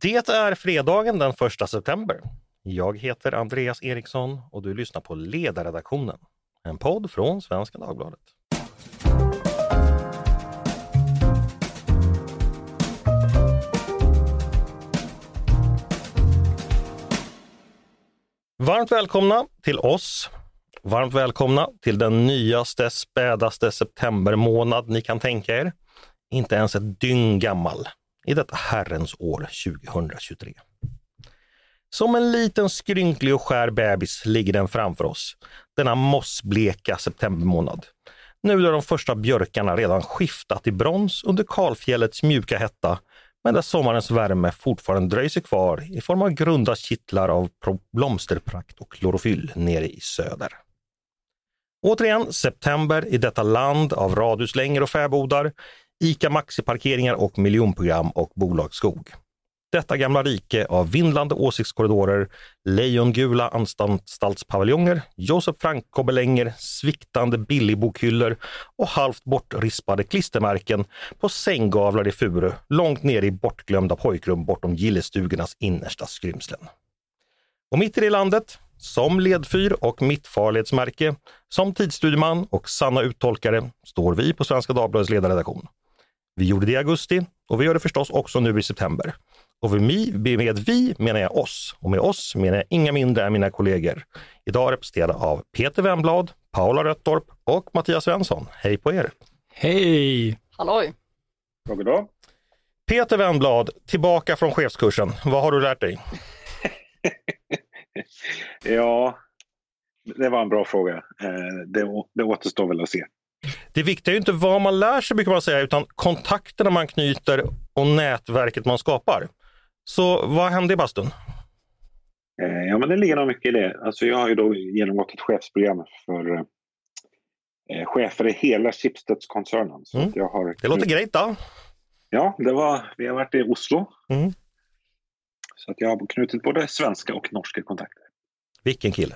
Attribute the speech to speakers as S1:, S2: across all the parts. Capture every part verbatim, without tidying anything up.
S1: Det är fredagen den första september. Jag heter Andreas Eriksson och du lyssnar på Ledarredaktionen, en podd från Svenska Dagbladet. Varmt välkomna till oss. Varmt välkomna till den nyaste, spädaste septembermånad ni kan tänka er. Inte ens ett dygn gammal i detta herrens år tjugohundratjugotre. Som en liten skrynklig och skär bebis ligger den framför oss. Denna mossbleka septembermånad. Nu där de första björkarna redan skiftat i brons under kalfjällets mjuka hetta, men där sommarens värme fortfarande dröjer sig kvar i form av grunda kittlar av blomsterprakt och klorofyll nere i söder. Återigen september i detta land av radhuslängor och fäbodar, ICA Maxi-parkeringar och miljonprogram och bolagsskog. Detta gamla rike av vindlande åsiktskorridorer, lejongula anstaltspaviljonger, Josef Frank-kobelänger, sviktande billigbokhyllor och halvt bortrispade klistermärken på sänggavlar i Furu, långt ner i bortglömda pojkrum bortom gillestugornas innersta skrymslen. Och mitt i det landet, som ledfyr och mittfarledsmärke, som tidsstudieman och sanna uttolkare, står vi på Svenska Dagbladets ledarredaktion. Vi gjorde det i augusti och vi gör det förstås också nu i september. Och med vi menar jag oss, och med oss menar jag inga mindre än mina kollegor. Idag representerade av Peter Wennblad, Paula Röttorp och Mattias Svensson. Hej på er!
S2: Hej!
S3: Halloj!
S4: God dag.
S1: Peter Wennblad, tillbaka från chefskursen. Vad har du lärt dig?
S4: Ja, det var en bra fråga. Det, det återstår väl att se.
S1: Det viktiga är ju inte vad man lär sig, brukar man säga, utan kontakterna man knyter och nätverket man skapar. Så vad hände i bastun?
S4: Ja, men det ligger nog mycket i det. Alltså jag har ju då genomgått ett chefsprogram för eh, chefer i hela Schibsted-koncernen. Så
S1: Mm.
S4: att jag har...
S1: Det låter grejt då.
S4: Ja, det var, vi har varit i Oslo.
S1: Mm.
S4: Så att jag har knutit både svenska och norska kontakter.
S1: Vilken kille.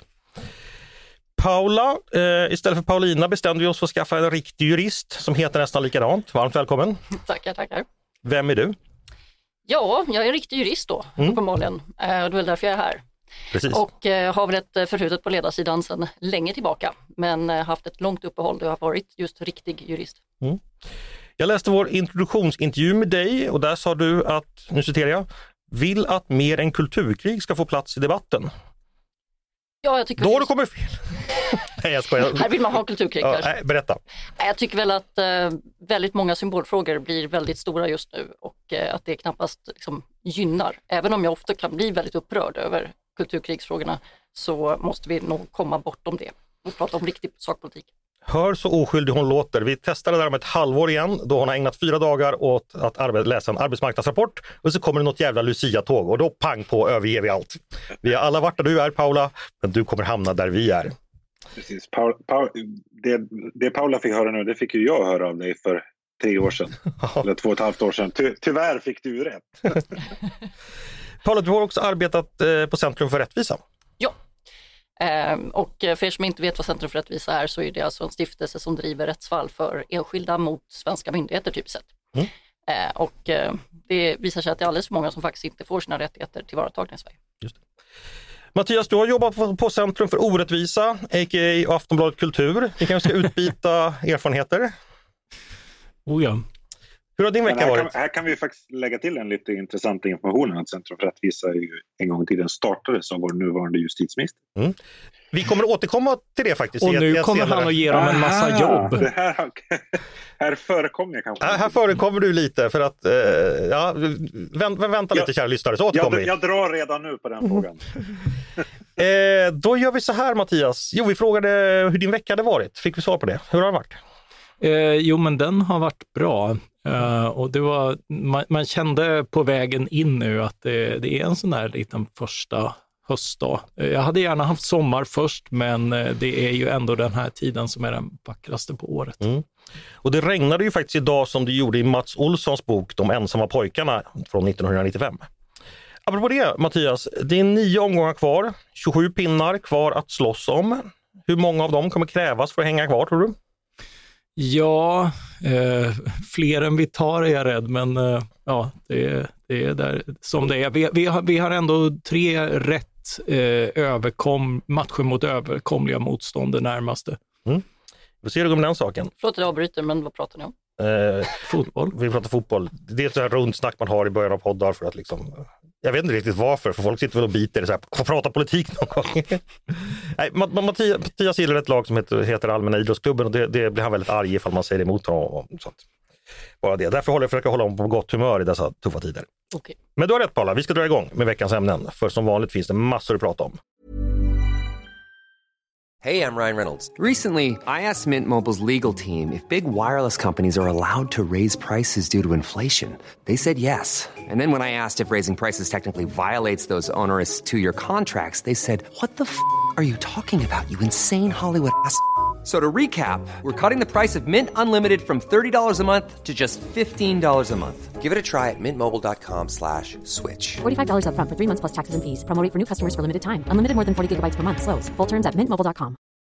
S1: Paula, eh, istället för Paulina bestämde vi oss för att skaffa en riktig jurist som heter nästan likadant. Varmt välkommen.
S3: Tackar, tackar.
S1: Vem är du?
S3: Ja, jag är en riktig jurist då,
S1: Mm.
S3: uppenbarligen. Eh, det är väl därför jag är här.
S1: Precis.
S3: Och eh, har väl ett förflutet på ledarsidan sedan länge tillbaka. Men eh, haft ett långt uppehåll där jag har varit just riktig jurist.
S1: Mm. Jag läste vår introduktionsintervju med dig och där sa du att, nu citerar jag, vill att mer än kulturkrig ska få plats i debatten.
S3: Ja, jag tycker
S1: Då har
S3: just...
S1: du kommit fel. Nej, jag skojar.
S3: Här vill man ha kulturkrig
S1: Ja,
S3: kanske.
S1: nej, berätta.
S3: Jag tycker väl att eh, väldigt många symbolfrågor blir väldigt stora just nu och eh, att det knappast liksom, gynnar. Även om jag ofta kan bli väldigt upprörd över kulturkrigsfrågorna så måste vi nog komma bortom det och prata om riktig sakpolitik.
S1: Hör så oskyldig hon låter. Vi testade det där om ett halvår igen då hon har ägnat fyra dagar åt att arbe- läsa en arbetsmarknadsrapport och så kommer det något jävla Lucia-tåg och då pang på överger vi allt. Vi har alla varit där du är, Paula, men du kommer hamna där vi är.
S4: Precis. Paul, Paul, det, det Paula fick höra nu, det fick ju jag höra av dig för tre år sedan. Eller två och ett halvt år sedan. Ty, tyvärr fick du rätt.
S1: Paula, du har också arbetat eh, på Centrum för rättvisa.
S3: Ja. Eh, och för er som inte vet vad Centrum för rättvisa är så är det alltså en stiftelse som driver rättsfall för enskilda mot svenska myndigheter typ sett. Mm. Eh, och eh, det visar sig att det är alldeles för många som faktiskt inte får sina rättigheter tillvaratagna i Sverige.
S1: Just det. Mattias, du har jobbat på Centrum för orättvisa, a k a. Aftonbladet Kultur. Vi kanske ska utbyta erfarenheter.
S2: Oh ja.
S1: Hur har din vecka
S4: här
S1: varit?
S4: Kan, här kan vi faktiskt lägga till en lite intressant information att Centrum för rättvisa ju en gång i tiden startades av vår nuvarande justitieminister.
S1: Mm. Vi kommer återkomma till det faktiskt.
S2: Och nu kommer han att ge dem en massa
S4: Aha,
S2: jobb.
S4: Det här, här förekommer jag kanske.
S1: Äh, här förekommer du lite för att, eh, ja, vänta, vänta lite
S4: jag,
S1: kära lyssnare så återkommer
S4: jag,
S1: vi.
S4: jag drar redan nu på den mm. frågan.
S1: eh, då gör vi så här, Mattias. Jo, vi frågade hur din vecka hade varit. Fick vi svar på det? Hur har det varit?
S2: Eh, jo, men den har varit bra. Uh, och det var, man, man kände på vägen in nu att det, det är en sån där liten första höstdag. Uh, jag hade gärna haft sommar först, men uh, det är ju ändå den här tiden som är den vackraste på året.
S1: Mm. Och det regnade ju faktiskt idag som det gjorde i Mats Olssons bok De ensamma pojkarna från nittonhundranittiofem. Apropå det, Mattias, det är nio omgångar kvar, tjugosju pinnar kvar att slåss om. Hur många av dem kommer krävas för att hänga kvar, tror du?
S2: Ja, eh, fler än vi tar är jag rädd, men eh, ja, det, Det är där som det är. Vi, vi, har, vi har ändå tre rätt eh, överkom, matcher mot överkomliga motstånd det närmaste.
S1: Mm. Vi ser hur det går med den saken.
S3: Förlåt att jag avbryter, men vad pratar ni om?
S1: Eh,
S2: fotboll.
S1: Vi pratar fotboll. Det är ett sådär rundsnack man har i början av poddar för att liksom... Jag vet inte riktigt varför, för folk sitter väl och biter så här, får prata politik någon gång. Nej, Mattias, Mattias gillar ett lag som heter, heter Allmänna idrottsklubben och det, det blir han väldigt arg ifall man säger emot honom. Så att, bara det. Därför håller jag försöka hålla honom på gott humör i dessa tuffa tider.
S3: Okay.
S1: Men du har rätt, Paula, vi ska dra igång med veckans ämnen. För som vanligt finns det massor att prata om.
S5: Hey, I'm Ryan Reynolds. Recently, I asked Mint Mobile's legal team if big wireless companies are allowed to raise prices due to inflation. They said yes. And then when I asked if raising prices technically violates those onerous two-year contracts, they said, what the f*** are you talking about, you insane Hollywood ass f- So to recap, we're cutting the price of Mint Unlimited from thirty dollars a month to just fifteen dollars a month. Give it a try at mintmobile.com slash switch.
S6: forty-five dollars up front for three months plus taxes and fees. Promo rate for new customers for limited time. Unlimited more than forty gigabytes per month. Slows full terms at mint mobile dot com.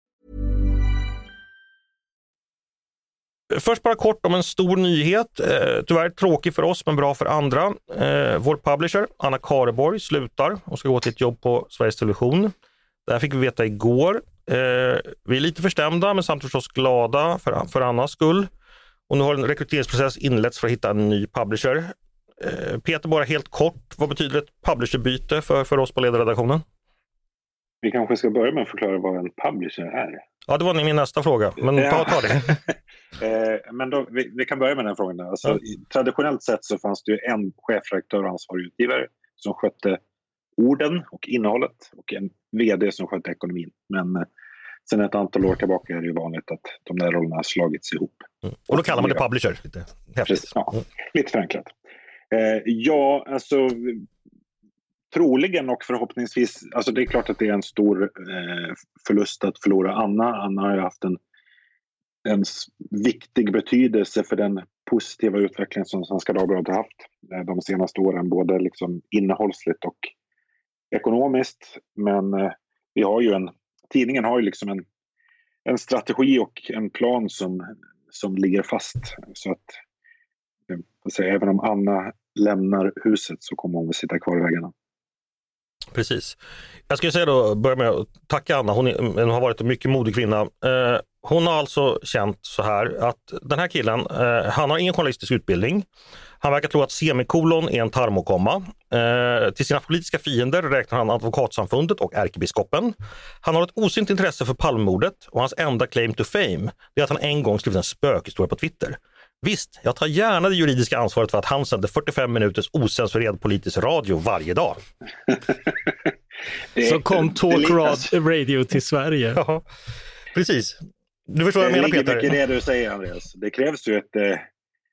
S1: Först bara kort om en stor nyhet. Eh, tyvärr tråkig för oss men bra för andra. Eh, vår publisher Anna Kareborg slutar och ska gå till ett jobb på Sveriges Television. Det här fick vi veta igår. Eh, vi är lite förstämda men samtidigt förstås glada för, för Annas skull. Och nu har en rekryteringsprocess inletts för att hitta en ny publisher. Eh, Peter, bara helt kort, vad betyder ett publisherbyte för, för oss på ledarredaktionen?
S4: Vi kanske ska börja med att förklara vad en publisher är.
S1: Ja, det var min nästa fråga, men ta, ta det.
S4: eh, men då, vi, vi kan börja med den frågan. Alltså, mm. Traditionellt sett så fanns det ju en chefredaktör och ansvarig utgivare som skötte orden och innehållet och en vd som skötte ekonomin. Men eh, sen ett antal år tillbaka är det ju vanligt att de där rollerna har slagits ihop.
S1: Mm. Och då kallar man det publisher. Lite häftigt.
S4: Ja, lite förenklat. Eh, ja, alltså troligen och förhoppningsvis, alltså det är klart att det är en stor eh, förlust att förlora Anna. Anna har ju haft en, en viktig betydelse för den positiva utveckling som Svenska Dagbladet har haft eh, de senaste åren, både liksom innehållsligt och ekonomiskt. Men eh, vi har ju en, tidningen har ju liksom en, en strategi och en plan som, som ligger fast. Så att eh, alltså, även om Anna lämnar huset så kommer hon att sitta kvar i väggarna.
S1: Precis. Jag ska säga då, börja med att tacka Anna. Hon, är, hon har varit en mycket modig kvinna. Eh, hon har alltså känt så här att den här killen, eh, han har ingen journalistisk utbildning. Han verkar tro att semikolon är en tarmokomma. Eh, till sina politiska fiender räknar han advokatsamfundet och ärkebiskopen. Han har ett osynt intresse för Palmemordet och hans enda claim to fame är att han en gång skrivit en spökhistoria på Twitter. Visst, jag tar gärna det juridiska ansvaret för att han sänder fyrtiofem minuters osensurerad politisk radio varje dag.
S2: Så kom Talk Radio till Sverige.
S1: Ja, precis. Du förstår vad jag menar, Peter.
S4: Det är mycket det du säger, Andreas. Det krävs ju ett... Eh...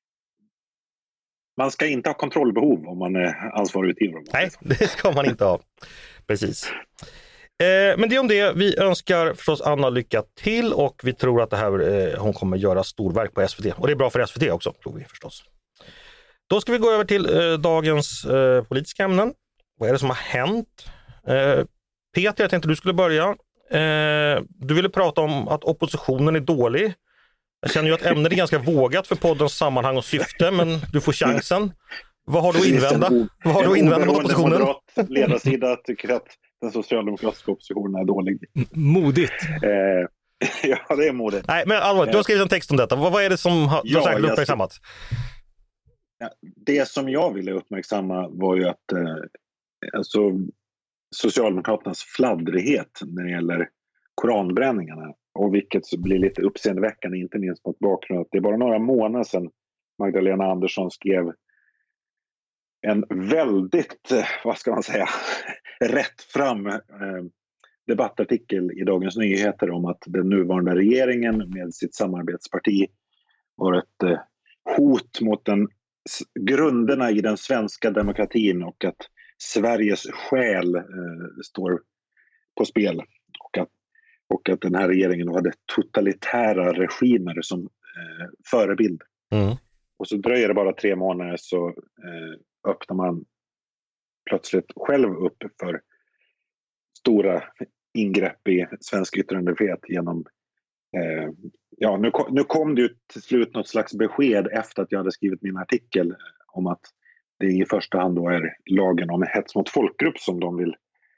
S4: Man ska inte ha kontrollbehov om man är ansvarig utgivare.
S1: Nej, det ska man inte ha. Precis. Eh, men det är om det. Vi önskar förstås Anna lycka till och vi tror att det här, eh, hon kommer göra storverk på S V T. Och det är bra för S V T också, tror vi förstås. Då ska vi gå över till eh, dagens eh, politiska ämnen. Vad är det som har hänt? Eh, Peter, jag tänkte du skulle börja. Eh, du ville prata om att oppositionen är dålig. Jag känner ju att ämnet är ganska vågat för poddens sammanhang och syfte, men du får chansen. Vad har du att invända? Vad har du att invända mot oppositionen? En
S4: moderat ledarsida tycker att den socialdemokratiska oppositionen är dålig.
S2: Modigt.
S4: Eh, ja, det är modigt.
S1: Nej, men allvarligt, du har skrivit en text om detta. Vad, vad är det som har, du har särskilt uppmärksammat?
S4: Ja, det som jag ville uppmärksamma var ju att eh, alltså, Socialdemokraternas fladdrighet när det gäller koranbränningarna. Och vilket blir lite uppseendeväckande, inte minst mot bakgrund att det är bara några månader sedan Magdalena Andersson skrev en väldigt, vad ska man säga, rätt fram eh, debattartikel i Dagens Nyheter om att den nuvarande regeringen med sitt samarbetsparti var ett eh, hot mot den, grunderna i den svenska demokratin och att Sveriges själ eh, står på spel och att Och att den här regeringen hade totalitära regimer som eh, förebild. Mm. Och så dröjer det bara tre månader så eh, öppnar man plötsligt själv upp för stora ingrepp i svensk yttrandefrihet genom... Eh, ja, nu, nu kom det ju till slut något slags besked efter att jag hade skrivit min artikel om att det i första hand då är lagen om hets mot folkgrupp som de vill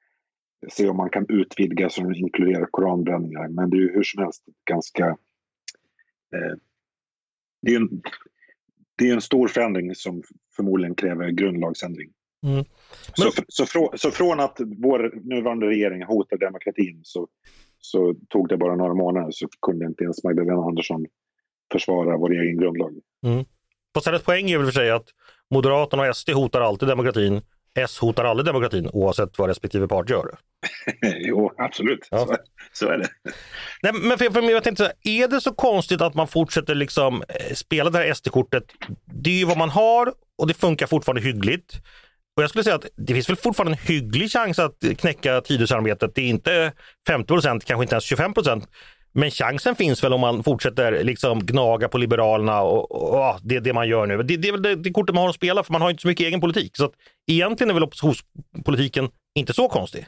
S4: se om man kan utvidga så de inkluderar koranbränningar. Men det är ju hur som helst ganska... Eh, det är en, det är en stor förändring som förmodligen kräver grundlagsändring. Mm. Men... Så, så, frå, så från att vår nuvarande regering hotar demokratin så, så tog det bara några månader så kunde inte ens Magdalena Andersson försvara vår egen grundlag.
S1: Mm. På sätt poäng är väl för sig att Moderaterna och S D hotar alltid demokratin. S hotar aldrig demokratin oavsett vad respektive part gör.
S4: Jo, absolut. Ja. Så, så är det.
S1: Nej, men för, för mig, jag tänkte, är det så konstigt att man fortsätter liksom spela det här S D-kortet? Det är ju vad man har och det funkar fortfarande hyggligt. Och jag skulle säga att det finns väl fortfarande en hygglig chans att knäcka Tidösamarbetet. Det är inte femtio procent, kanske inte ens tjugofem procent. Men chansen finns väl om man fortsätter liksom gnaga på Liberalerna och, och, och det är det man gör nu. Det, det är väl det, det kortet man har att spela för man har inte så mycket egen politik. Så att egentligen är väl oppositionspolitiken inte så konstig.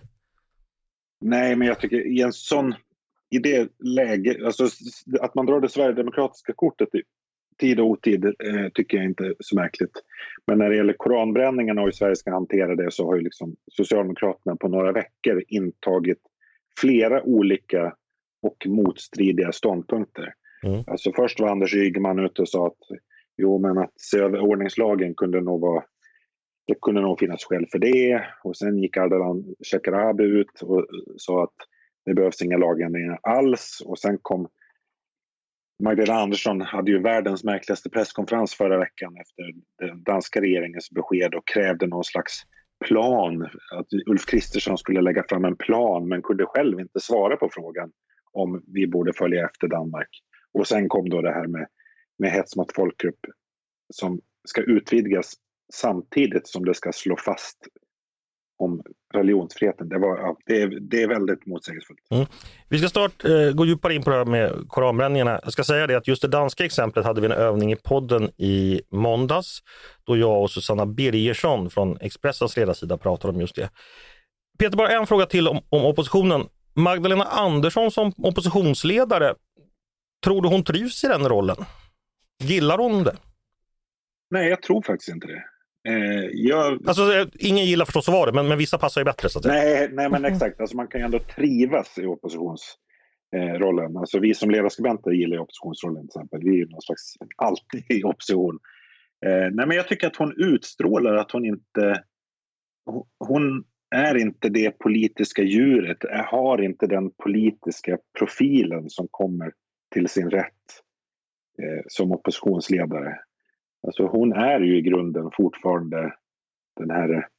S4: Nej, men jag tycker i en sån, i det läge, alltså att man drar det sverigedemokratiska kortet i tid och otid eh, tycker jag inte så märkligt. Men när det gäller koranbränningarna och hur Sverige ska hantera det så har ju liksom Socialdemokraterna på några veckor intagit flera olika och motstridiga ståndpunkter. Mm. Alltså först var Anders Ygeman ute och sa att jo, men att se över ordningslagen kunde nog vara, det kunde nog finnas skäl för det. Och sen gick Ardalan Shekarabi ut och sa att det behövs inga lagändringar alls. Och sen kom Magdalena Andersson, hade ju världens märkligaste presskonferens förra veckan efter den danska regeringens besked och krävde någon slags plan. Att Ulf Kristersson skulle lägga fram en plan men kunde själv inte svara på frågan om vi borde följa efter Danmark. Och sen kom då det här med, med hets mot folkgrupp som ska utvidgas samtidigt som det ska slå fast om religionsfriheten. Det, var, ja, det, är, det är väldigt motsägelsefullt. Mm.
S1: Vi ska snart eh, gå djupare in på det här med koranbränningarna. Jag ska säga det att just det danska exemplet hade vi en övning i podden i måndags då jag och Susanna Birgersson från Expressens ledarsida pratade om just det. Peter, bara en fråga till om, om oppositionen. Magdalena Andersson som oppositionsledare, tror du hon trivs i den rollen? Gillar hon det?
S4: Nej, jag tror faktiskt inte det. Eh, jag...
S1: Alltså, ingen gillar förstås att vara det, men, men vissa passar ju bättre. Så att säga.
S4: Nej, nej, men exakt. Alltså, man kan ju ändå trivas i oppositionsrollen. Eh, alltså, vi som ledarskribenter gillar oppositionsrollen till exempel. Vi är ju någon slags alltid i opposition. Eh, nej, men jag tycker att hon utstrålar att hon inte... Hon är inte det politiska djuret, har inte den politiska profilen som kommer till sin rätt eh, som oppositionsledare. Alltså hon är ju i grunden fortfarande den här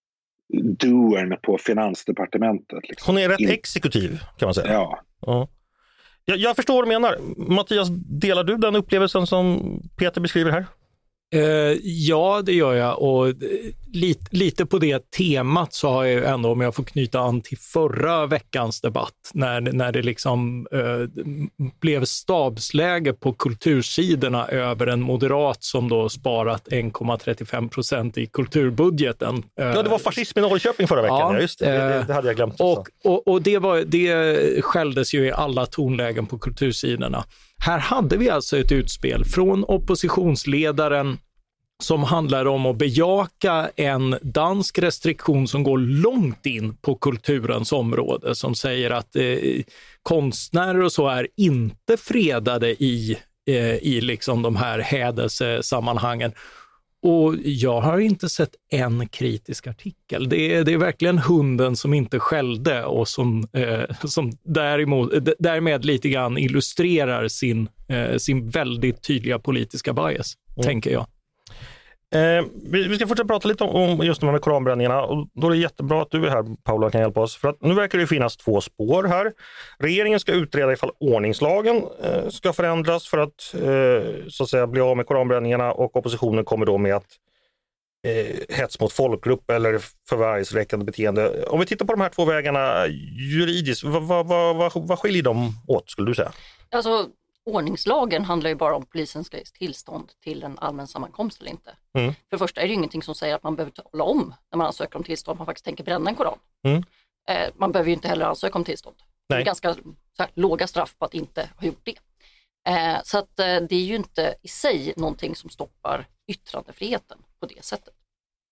S4: doern på Finansdepartementet. Liksom.
S1: Hon är rätt In... exekutiv kan man säga.
S4: Ja.
S1: ja. Jag, jag förstår vad du menar. Mattias, delar du den upplevelsen som Peter beskriver här?
S2: Uh, ja, det gör jag och lite, lite på det temat så har jag ändå, om jag får knyta an till förra veckans debatt, när, när det liksom uh, blev stabsläge på kultursidorna över en moderat som då sparat en komma trettiofem procent i kulturbudgeten. Uh,
S1: ja, det var fascism i Norrköping förra veckan, ja, just det. Det, det hade jag glömt.
S2: Och, och, och det, var, det skälldes ju i alla tonlägen på kultursidorna. Här hade vi alltså ett utspel från oppositionsledaren som handlar om att bejaka en dansk restriktion som går långt in på kulturens område, som säger att eh, konstnärer och så är inte fredade i, eh, i liksom de här hädelsesammanhangen. Och jag har inte sett en kritisk artikel. Det är, det är verkligen hunden som inte skällde och som, eh, som däremot, därmed lite grann illustrerar sin, eh, sin väldigt tydliga politiska bias, mm. tänker jag.
S1: Eh, vi, vi ska fortsätta prata lite om, om just de här med koranbränningarna och då är det jättebra att du är här, Paula, kan hjälpa oss. För att nu verkar det finnas två spår här. Regeringen ska utreda ifall ordningslagen eh, ska förändras för att, eh, så att säga, bli av med koranbränningarna, och oppositionen kommer då med att eh, hets mot folkgrupp eller förvärvsräckande beteende. Om vi tittar på de här två vägarna juridiskt, vad, vad, vad, vad, vad skiljer de åt, skulle du säga?
S3: Alltså, ordningslagen handlar ju bara om polisen ska ges tillstånd till en allmän sammankomst eller inte. Mm. För det första är det ju ingenting som säger att man behöver tala om när man ansöker om tillstånd, man faktiskt tänker bränna en koran. Mm. Eh, man behöver ju inte heller ansöka om tillstånd. Nej. Det är ganska så här, låga straff på att inte ha gjort det. Eh, så att eh, det är ju inte i sig någonting som stoppar yttrandefriheten på det sättet.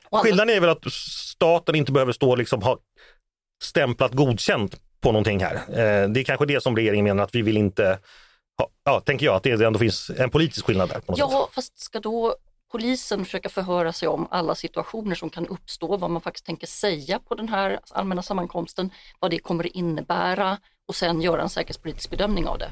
S1: Skillnaden är väl att staten inte behöver stå och liksom ha stämplat godkänt på någonting här. Eh, det är kanske det som regeringen menar att vi vill inte ha, ja, tänker jag att det ändå finns en politisk skillnad där. På något
S3: ja,
S1: sätt.
S3: Fast ska då polisen försöka förhöra sig om alla situationer som kan uppstå, vad man faktiskt tänker säga på den här allmänna sammankomsten, vad det kommer att innebära och sen göra en säkerhetspolitisk bedömning av det.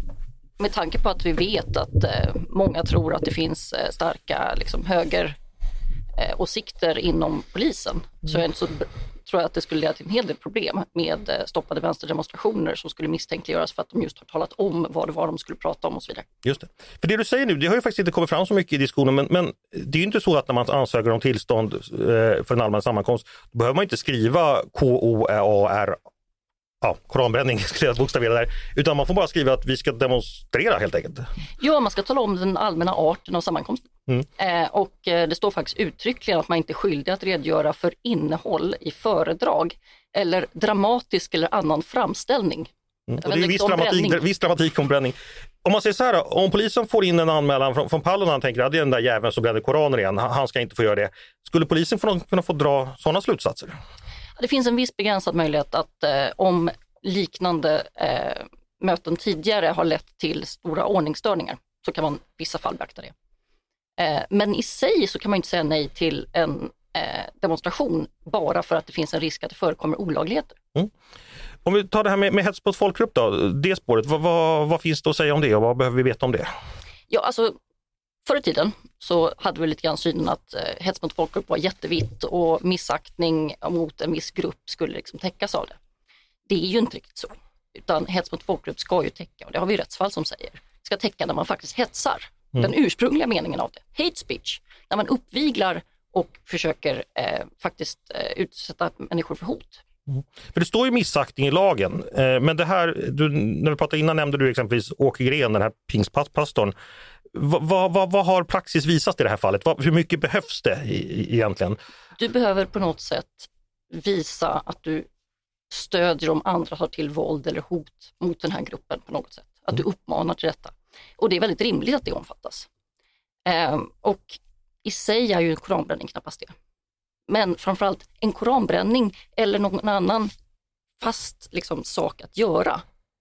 S3: Med tanke på att vi vet att eh, många tror att det finns eh, starka liksom, höger eh, åsikter inom polisen, mm. så, är det så tror jag att det skulle leda till en hel del problem med eh, stoppade vänsterdemonstrationer som skulle misstänkliggöras för att de just har talat om vad det var de skulle prata om och så vidare.
S1: Just det. För det du säger nu, det har ju faktiskt inte kommit fram så mycket i diskussionen, men, men det är ju inte så att när man ansöker om tillstånd eh, för en allmän sammankomst, då behöver man inte skriva K O A R, ja, koranbränning, bokstavera där, utan man får bara skriva att vi ska demonstrera helt enkelt.
S3: Ja, man ska tala om den allmänna arten av sammankomsten. Mm. Eh, och eh, det står faktiskt uttryckligen att man inte är skyldig att redogöra för innehåll i föredrag eller dramatisk eller annan framställning.
S1: Mm. Och det är viss dramatik, viss dramatik om bränning. Om man säger så här, om polisen får in en anmälan från, från Pallo när han tänker att det är den där jäveln som bränner koraner igen, han ska inte få göra det. Skulle polisen få, kunna få dra sådana slutsatser?
S3: Det finns en viss begränsad möjlighet att eh, om liknande eh, möten tidigare har lett till stora ordningsstörningar så kan man i vissa fall beakta det. Eh, men i sig så kan man inte säga nej till en eh, demonstration bara för att det finns en risk att det förekommer olagligheter. Mm.
S1: Om vi tar det här med, med hets på ett folkgrupp då, det spåret, vad, vad, vad finns det att säga om det och vad behöver vi veta om det?
S3: Ja, alltså förr i tiden så hade vi lite grann synen att eh, hets mot folkgrupp var jättevitt och missaktning mot en viss grupp skulle liksom täckas av det. Det är ju inte riktigt så, utan hets mot folkgrupp ska ju täcka, och det har vi rättsfall som säger, ska täcka när man faktiskt hetsar. Mm. Den ursprungliga meningen av det, hate speech, när man uppviglar och försöker eh, faktiskt eh, utsätta människor för hot.
S1: Mm. För det står ju missaktning i lagen, eh, men det här, du, när vi pratade innan nämnde du exempelvis Åke Gren, den här pingstpastorn. Vad, vad, vad har praxis visat i det här fallet? Vad, hur mycket behövs det i, egentligen?
S3: Du behöver på något sätt visa att du stödjer om andra tar till våld eller hot mot den här gruppen på något sätt. Att du uppmanar till detta. Och det är väldigt rimligt att det omfattas. Eh, och i sig är ju en koranbränning knappast det. Men framförallt en koranbränning eller någon annan fast liksom, sak att göra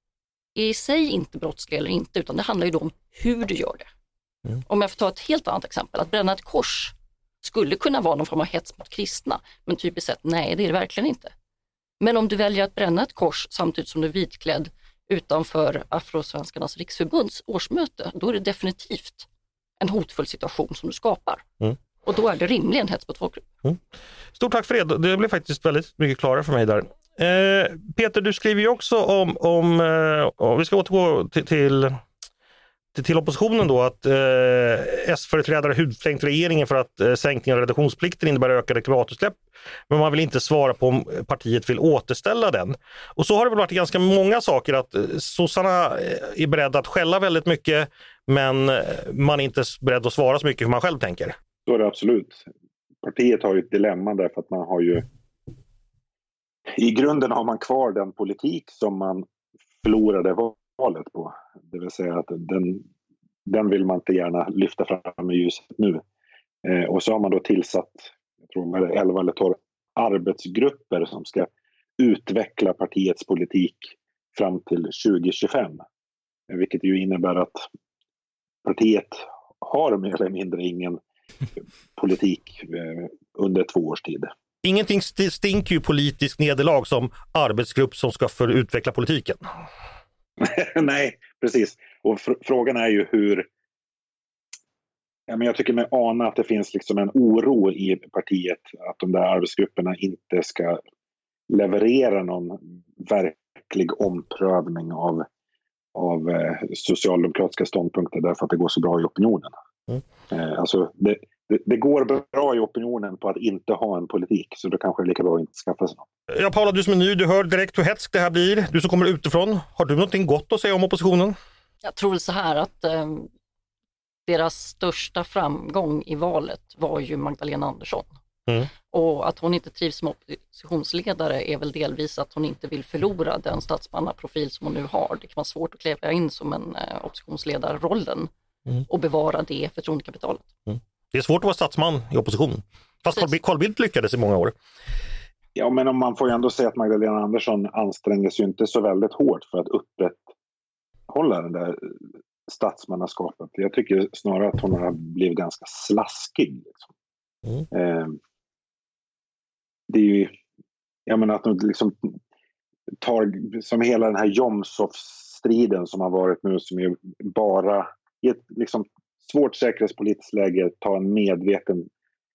S3: är i sig inte brottslig eller inte, utan det handlar ju då om hur du gör det. Mm. Om jag får ta ett helt annat exempel, att bränna ett kors skulle kunna vara någon form av hets mot kristna, men typiskt sett, nej det är det verkligen inte. Men om du väljer att bränna ett kors samtidigt som du är vitklädd utanför Afrosvenskarnas riksförbunds årsmöte, då är det definitivt en hotfull situation som du skapar. Mm. Och då är det rimligen hets mot folkgrupp. Mm.
S1: Stort tack för det. Det blev faktiskt väldigt mycket klarare för mig där. Eh, Peter, du skriver ju också om, om eh, vi ska återgå till, till, till, till oppositionen då, att eh, S-företrädare hudflängt regeringen för att eh, sänkning av reduktionsplikten innebär ökade klimatutsläpp, men man vill inte svara på om partiet vill återställa den. Och så har det väl varit ganska många saker, att eh, sossarna är beredda att skälla väldigt mycket, men man är inte beredd att svara så mycket hur man själv tänker.
S4: Så är det absolut. Partiet har ju ett dilemma därför att man har ju i grunden har man kvar den politik som man förlorade valet på. Det vill säga att den, den vill man inte gärna lyfta fram i ljuset nu. Eh, och så har man då tillsatt, jag tror det är elva eller tolv arbetsgrupper som ska utveckla partiets politik fram till tjugo tjugofem. Eh, vilket ju innebär att partiet har mer eller mindre ingen politik eh, under två års tid.
S1: Ingenting stinker ju politisk nederlag som arbetsgrupp som ska för utveckla politiken.
S4: Nej, precis. Och fr- frågan är ju hur... Ja, men jag tycker mig ana att det finns liksom en oro i partiet att de där arbetsgrupperna inte ska leverera någon verklig omprövning av, av eh, socialdemokratiska ståndpunkter därför att det går så bra i opinionen. Mm. Eh, alltså det, det, det går bra i opinionen på att inte ha en politik, så då kanske det är lika bra att inte skaffa sig någon.
S1: Ja, Paula, du som är ny, du hör direkt hur hetsk det här blir. Du som kommer utifrån, har du någonting gott att säga om oppositionen?
S3: Jag tror så här att eh, deras största framgång i valet var ju Magdalena Andersson. Mm. Och att hon inte trivs som oppositionsledare är väl delvis att hon inte vill förlora den statsmannaprofil som hon nu har. Det kan vara svårt att kliva in som en eh, oppositionsledarrollen mm. och bevara det förtroendekapitalet. Mm.
S1: Det är svårt att vara statsman i opposition. Fast Carl Bildt, Carl Bildt lyckades i många år.
S4: Ja, men om man får ju ändå säga att Magdalena Andersson anstränger sig inte så väldigt hårt för att upprätthålla det där statsmannaskapet. Jag tycker snarare att hon har blivit ganska slaskig. Liksom. Mm. Eh, det är ju, jag menar att hon liksom tar, som hela den här Jomshof-striden som har varit nu, som är bara i ett liksom svårt säkerhetspolitiskt läge tar en medveten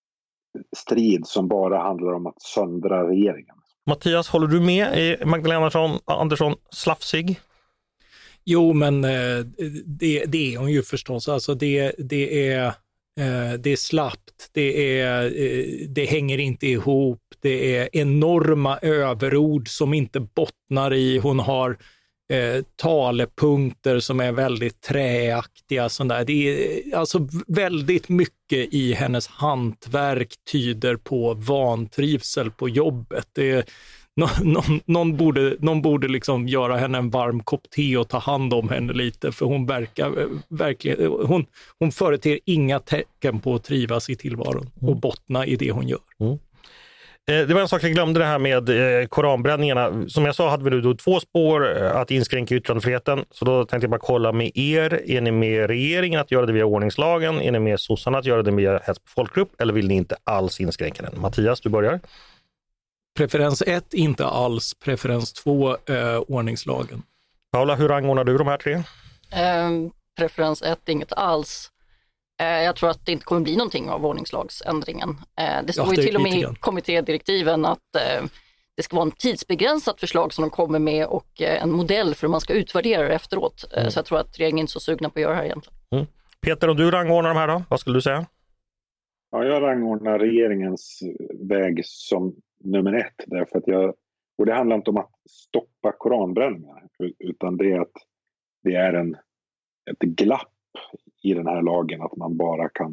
S4: strid som bara handlar om att söndra regeringen.
S1: Mattias, håller du med? Är Magdalena Andersson, Andersson slafsig?
S2: Jo, men det, det är hon ju förstås. Alltså det, det, är, det är slappt, det, är, det hänger inte ihop, det är enorma överord som inte bottnar i. Hon har eh, talepunkter som är väldigt träaktiga. Sån där. Det är alltså väldigt mycket i hennes hantverk tyder på vantrivsel på jobbet. Det är, någon, någon borde, någon borde liksom göra henne en varm kopp te och ta hand om henne lite, för hon verkar verkligen, hon, hon företer inga tecken på att trivas i tillvaron och bottna i det hon gör.
S1: Mm. Det var en sak jag glömde, det här med koranbränningarna. Som jag sa hade vi nu då två spår att inskränka yttrandefriheten. Så då tänkte jag bara kolla med er. Är ni med regeringen att göra det via ordningslagen? Är ni med sossarna att göra det via hets på folkgrupp? Eller vill ni inte alls inskränka den? Mattias, du börjar.
S2: Preferens ett, inte alls. Preferens två, eh, ordningslagen.
S1: Paula, hur rangordnar du de här tre?
S3: Eh, preferens ett, inget alls. Jag tror att det inte kommer bli någonting av ordningslagsändringen. Det står ja, det ju till och med i kommittédirektiven att det ska vara en tidsbegränsat förslag som de kommer med och en modell för hur man ska utvärdera det efteråt. Mm. Så jag tror att regeringen är inte så sugna på att göra det här egentligen.
S1: Mm. Peter, om du rangordnar de här då, vad skulle du säga?
S4: Ja, jag rangordnar regeringens väg som nummer ett. Därför att jag, och det handlar inte om att stoppa koranbränningar, utan det är att det är en, ett glapp i den här lagen, att man bara kan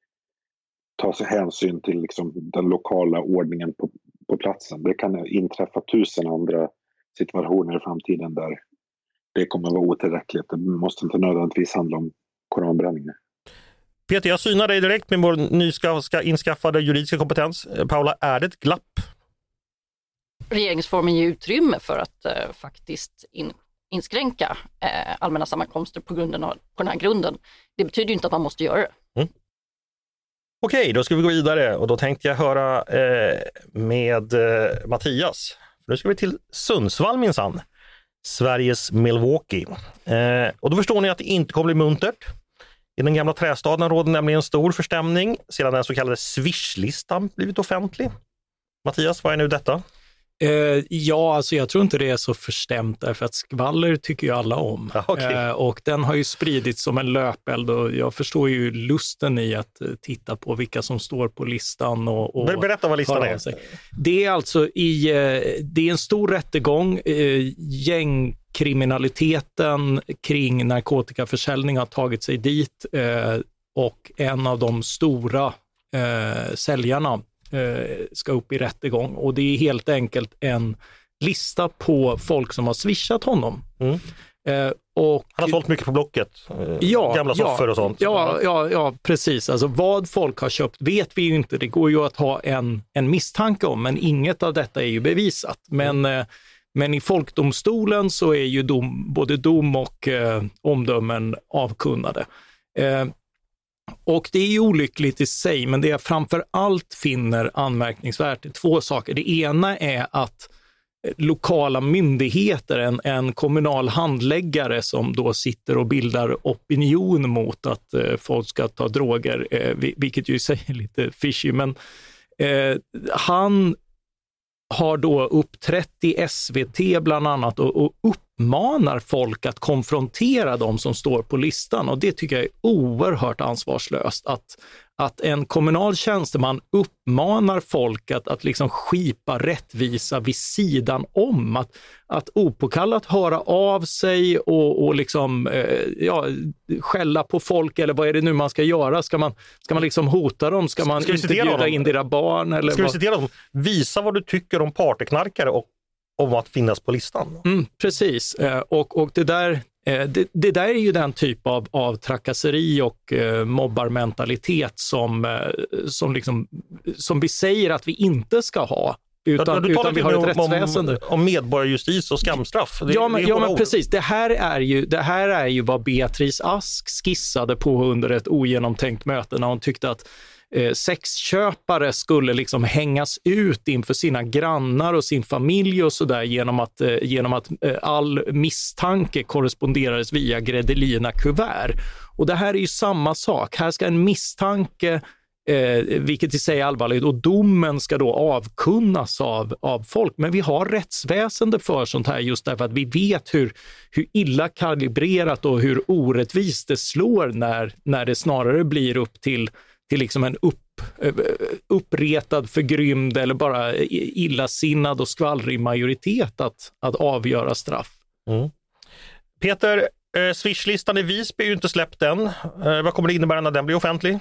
S4: ta sig hänsyn till liksom den lokala ordningen på, på platsen. Det kan inträffa tusen andra situationer i framtiden där det kommer att vara otillräckligt. Det måste inte nödvändigtvis handla om koranbränningar.
S1: Peter, jag synar dig direkt med vår nyska inskaffade juridiska kompetens. Paula, är det ett glapp?
S3: Regeringsformen ger utrymme för att uh, faktiskt in inskränka eh, allmänna sammankomster på, grunden av, på den här grunden. Det betyder ju inte att man måste göra det.
S1: Mm. Okej, då ska vi gå vidare och då tänkte jag höra eh, med eh, Mattias. För nu ska vi till Sundsvall minsann. Sveriges Milwaukee. Eh, och då förstår ni att det inte kommer bli muntert. I den gamla trästaden råder nämligen en stor förstämning sedan den så kallade Swish-listan blivit offentlig. Mattias, vad är nu detta?
S2: Eh, ja, alltså jag tror inte det är så förstämt, därför att skvaller tycker ju alla om.
S1: Ah, okay.
S2: eh, och den har ju spridits som en löpeld och jag förstår ju lusten i att uh, titta på vilka som står på listan. Och, och
S1: Berätta vad listan är.
S2: Sig. Det är alltså i, uh, det är en stor rättegång. Uh, gängkriminaliteten kring narkotikaförsäljning har tagit sig dit uh, och en av de stora uh, säljarna ska upp i rättegång, och det är helt enkelt en lista på folk som har swishat honom. Mm. Eh, och,
S1: han har sålt mycket på Blocket, eh,
S2: ja,
S1: gamla soffor
S2: ja,
S1: och sånt.
S2: Ja, ja, ja, precis. Alltså, vad folk har köpt vet vi ju inte. Det går ju att ha en, en misstanke om, men inget av detta är ju bevisat. Men, mm. eh, men i folkdomstolen så är ju dom, både dom och eh, omdömen avkunnade. Eh, Och det är ju olyckligt i sig, men det jag framför allt finner anmärkningsvärt är två saker. Det ena är att lokala myndigheter, en, en kommunal handläggare som då sitter och bildar opinion mot att eh, folk ska ta droger, eh, vilket ju i sig är lite fishy, men eh, han har då uppträtt i S V T bland annat och, och uppmanar folk att konfrontera de som står på listan, och det tycker jag är oerhört ansvarslöst, att, att en kommunal tjänsteman uppmanar folk att, att liksom skipa rättvisa vid sidan om, att, att opåkallat höra av sig och, och liksom, eh, ja, skälla på folk, eller vad är det nu man ska göra? Ska man, ska man liksom hota dem? Ska man
S1: ska
S2: inte bjuda in deras barn? Eller
S1: ska
S2: vad?
S1: vi citera dem? Visa vad du tycker om partyknarkare och om att finnas på listan.
S2: Mm, precis, och, och det där Det, det där är ju den typ av, av trakasseri och eh, mobbarmentalitet som, eh, som, liksom, som vi säger att vi inte ska ha. Utan,
S1: du
S2: utan vi har ett rättsväsende.
S1: Om, om medborgarjustis och skamstraff. Det,
S2: ja, men,
S1: det
S2: ja, men precis. Det här, är ju, det här är ju vad Beatrice Ask skissade på under ett ogenomtänkt möte när hon tyckte att eh, sexköpare skulle liksom hängas ut inför sina grannar och sin familj och sådär genom att, eh, genom att eh, all misstanke korresponderades via Gredelina kuvert. Och det här är ju samma sak. Här ska en misstanke Eh, vilket i sig är allvarligt, och domen ska då avkunnas av, av folk. Men vi har rättsväsende för sånt här just därför att vi vet hur, hur illa kalibrerat och hur orättvist det slår när, när det snarare blir upp till, till liksom en upp, uppretad, förgrymd eller bara illasinnad och skvallrig majoritet att, att avgöra straff.
S1: Mm. Peter, eh, Swish-listan i Visby är ju inte släppt än. Eh, vad kommer det innebära när den blir offentlig?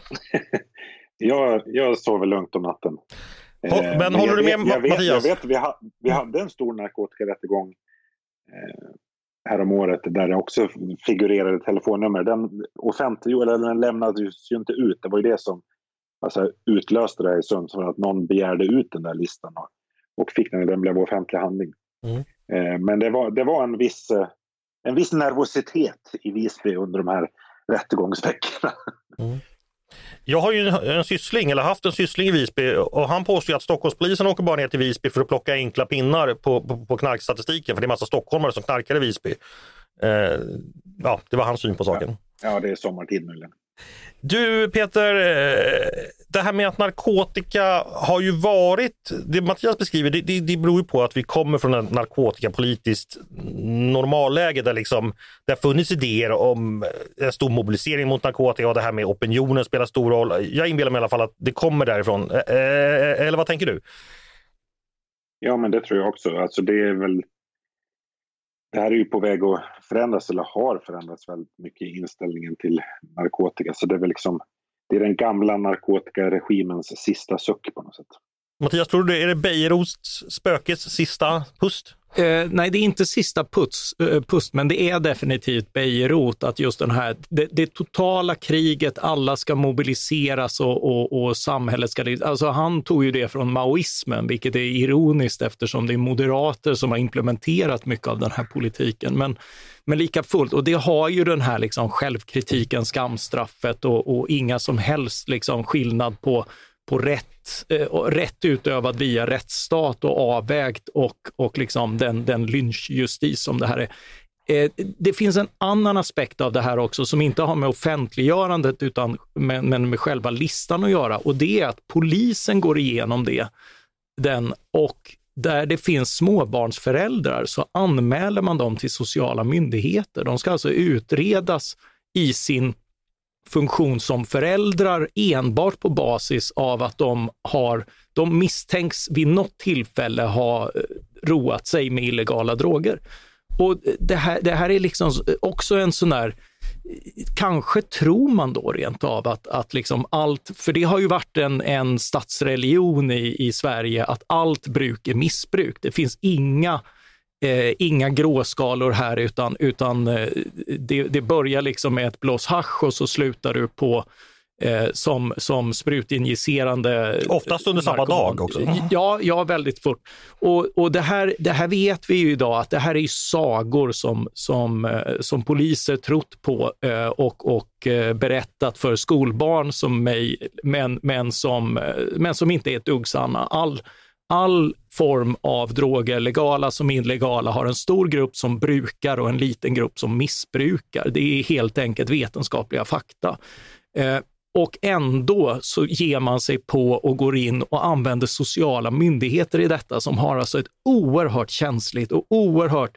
S4: Jag, jag sover lugnt om natten.
S1: Hå, men, men håller du med
S4: vet, jag vet,
S1: Mattias?
S4: Jag vet, vi, ha, vi hade en stor narkotikarättegång eh, här om året där det också figurerade telefonnummer. Den offentliggjorde, eller den lämnades ju inte ut. Det var ju det som alltså, utlöste det här i Sundsvall, att någon begärde ut den där listan och, och fick den, den blev offentlig handling. Mm. Eh, men det var, det var en viss, en viss nervositet i Visby under de här rättegångsveckorna. Mm.
S1: Jag har ju en syssling, eller haft en syssling i Visby, och han påstår att Stockholmspolisen åker bara ner till Visby för att plocka enkla pinnar på, på, på knarkstatistiken, för det är massa stockholmare som knarkar i Visby. Eh, ja, det var hans syn på saken.
S4: Ja, ja det är sommartid möjligen.
S1: Du Peter, det här med att narkotika har ju varit, det Mattias beskriver, det, det, det beror ju på att vi kommer från en narkotikapolitiskt normalläge där liksom det har funnits idéer om en stor mobilisering mot narkotika och det här med opinionen spelar stor roll. Jag inbillar mig i alla fall att det kommer därifrån. Eller vad tänker du?
S4: Ja, men det tror jag också. Alltså det är väl Det här är ju på väg att förändras, eller har förändrats väldigt mycket i inställningen till narkotika. Så det är väl liksom, det är den gamla narkotikaregimens sista suck på något sätt.
S1: Mattias, tror du det är det Bejerots spökets sista pust?
S2: Eh, nej, det är inte sista puts, uh, pust, men det är definitivt Bejerot att just den här, det, det totala kriget, alla ska mobiliseras och, och, och samhället ska, alltså han tog ju det från maoismen, vilket är ironiskt eftersom det är moderater som har implementerat mycket av den här politiken, men, men lika fullt, och det har ju den här liksom självkritiken, skamstraffet och, och inga som helst liksom skillnad på på rätt, eh, rätt utövad via rättsstat och avvägt och, och liksom den, den lynchjustis som det här är. Eh, det finns en annan aspekt av det här också som inte har med offentliggörandet utan med, men med själva listan att göra, och det är att polisen går igenom det. Den, och där det finns småbarnsföräldrar så anmäler man dem till sociala myndigheter. De ska alltså utredas i sin funktion som föräldrar enbart på basis av att de har, de misstänks vid något tillfälle ha roat sig med illegala droger. Och det här, det här är liksom också en sån där, kanske tror man då rent av att, att liksom allt, för det har ju varit en, en statsreligion i, i Sverige att allt bruk är missbruk. Det finns inga Eh, inga gråskalor här utan, utan eh, det, det börjar liksom med ett blås hasch och så slutar du på eh, som, som sprutinjicerande.
S1: Oftast under samma dag också.
S2: Ja, ja väldigt fort. Och, och det, här, det här vet vi ju idag att det här är ju sagor som, som, eh, som poliser trott på eh, och, och eh, berättat för skolbarn som mig, men, men, som, eh, men som inte är ett dugg sanna. All All form av droger, legala som illegala, har en stor grupp som brukar och en liten grupp som missbrukar. Det är helt enkelt vetenskapliga fakta. Eh, och ändå så ger man sig på och går in och använder sociala myndigheter i detta som har alltså ett oerhört känsligt och oerhört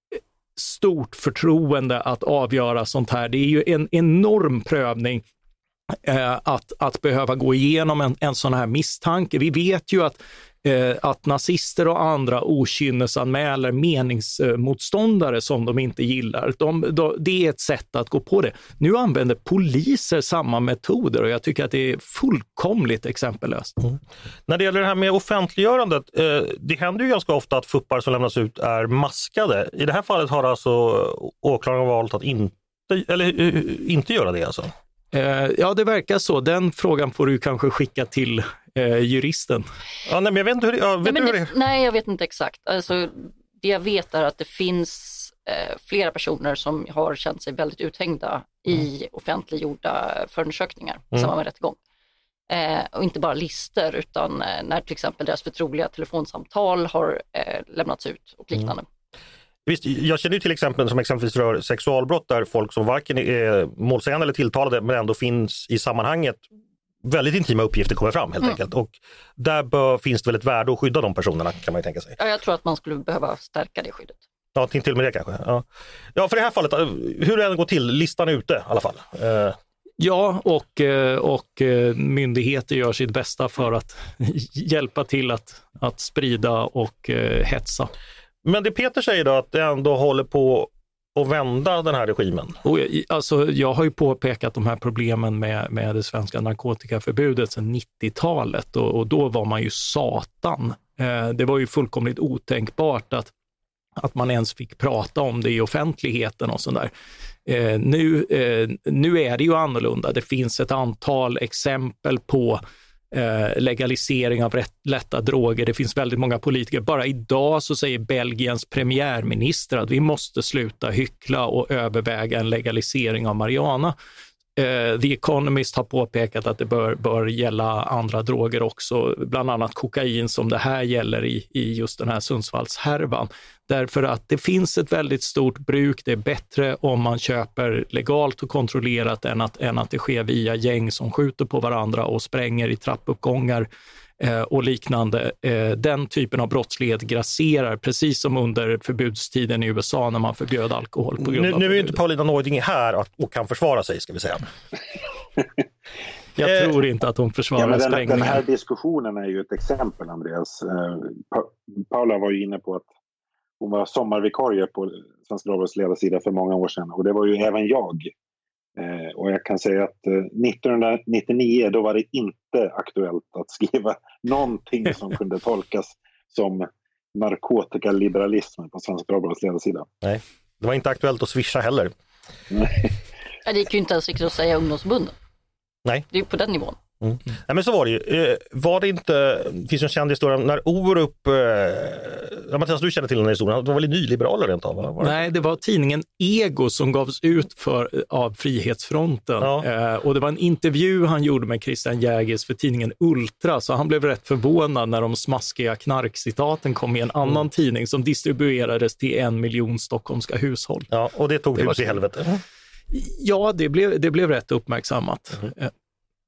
S2: stort förtroende att avgöra sånt här. Det är ju en enorm prövning eh, att, att behöva gå igenom en, en sån här misstanke. Vi vet ju att eh, att nazister och andra okynnesanmäler meningsmotståndare som de inte gillar. De, de, det är ett sätt att gå på det. Nu använder poliser samma metoder och jag tycker att det är fullkomligt exempellöst. Mm.
S1: När det gäller det här med offentliggörandet, eh, det händer ju ganska ofta att fuppar som lämnas ut är maskade. I det här fallet har alltså åklagaren valt att inte, eller, uh, inte göra det alltså?
S2: Eh, ja, det verkar så. Den frågan får du kanske skicka till eh, juristen.
S1: Ja, nej, men jag vet inte hur, ja, vet
S3: nej,
S1: hur
S3: det,
S1: det
S3: nej, jag vet inte exakt. Alltså, det jag vet är att det finns eh, flera personer som har känt sig väldigt uthängda mm. i offentliggjorda förundersökningar i mm. samband med rättegång. Eh, och inte bara lister utan eh, när till exempel deras förtroliga telefonsamtal har eh, lämnats ut och liknande. Mm.
S1: Visst, jag känner ju till exempel som exempelvis rör sexualbrott där folk som varken är målsägande eller tilltalade men ändå finns i sammanhanget väldigt intima uppgifter kommer fram helt mm. enkelt. Och där bör, finns det väl ett värde att skydda de personerna kan man ju tänka sig.
S3: Ja, jag tror att man skulle behöva stärka det skyddet.
S1: Ja, till, till och med det kanske. Ja. Ja, för det här fallet, hur det än går till, listan är ute i alla fall. Eh.
S2: Ja, och, och myndigheter gör sitt bästa för att hjälpa till att, att sprida och hetsa.
S1: Men det Peter säger då att det ändå håller på att vända den här regimen.
S2: Och, alltså, jag har ju påpekat de här problemen med, med det svenska narkotikaförbudet sedan nittiotalet och, och då var man ju satan. Eh, det var ju fullkomligt otänkbart att, att man ens fick prata om det i offentligheten och sådär. Eh, nu, eh, nu är det ju annorlunda. Det finns ett antal exempel på legalisering av rätt, lätta droger. Det finns väldigt många politiker. Bara idag så säger Belgiens premiärminister att vi måste sluta hyckla och överväga en legalisering av marijuana. Uh, The Economist har påpekat att det bör, bör gälla andra droger också, bland annat kokain som det här gäller i, i just den här Sundsvallshärvan. Därför att det finns ett väldigt stort bruk. Det är bättre om man köper legalt och kontrollerat än att, än att det sker via gäng som skjuter på varandra och spränger i trappuppgångar eh, och liknande. Eh, den typen av brottslighet grasserar, precis som under förbudstiden i U S A när man förbjöd alkohol. På grund
S1: nu,
S2: av
S1: nu är ju inte Paulina Neuding här och kan försvara sig, ska vi säga.
S2: Jag tror inte att hon försvarar ja, men den,
S4: sprängningen. Den här diskussionen är ju ett exempel, Andreas. Pa- Paula var ju inne på att hon var sommarvikarie på Svenska Dagbladets ledarsida för många år sedan och det var ju även jag. Eh, och jag kan säga att eh, nittonhundranittionio då var det inte aktuellt att skriva någonting som kunde tolkas som narkotikaliberalism på Svenska Dagbladets ledarsida.
S1: Nej, det var inte aktuellt att swisha heller.
S4: Nej.
S3: Det gick ju inte ens riktigt att säga ungdomsbunden.
S1: Nej.
S3: Det är ju på den nivån.
S1: Mm. Nej, men så var det ju. Eh, var det inte, det finns ju en känd historia när Orup, eh, ja, Mattias, du känner till den här historien, de var väl nyliberaler rent av? Var det?
S2: Nej, det var tidningen Ego som gavs ut för, av Frihetsfronten. Ja. Eh, och det var en intervju han gjorde med Christian Jägers för tidningen Ultra, så han blev rätt förvånad när de smaskiga knarkcitaten kom i en annan mm. tidning som distribuerades till en miljon stockholmska hushåll.
S1: Ja, och det tog det hus i helvete. Mm.
S2: Ja, det blev, det blev rätt uppmärksammat. Mm. Eh.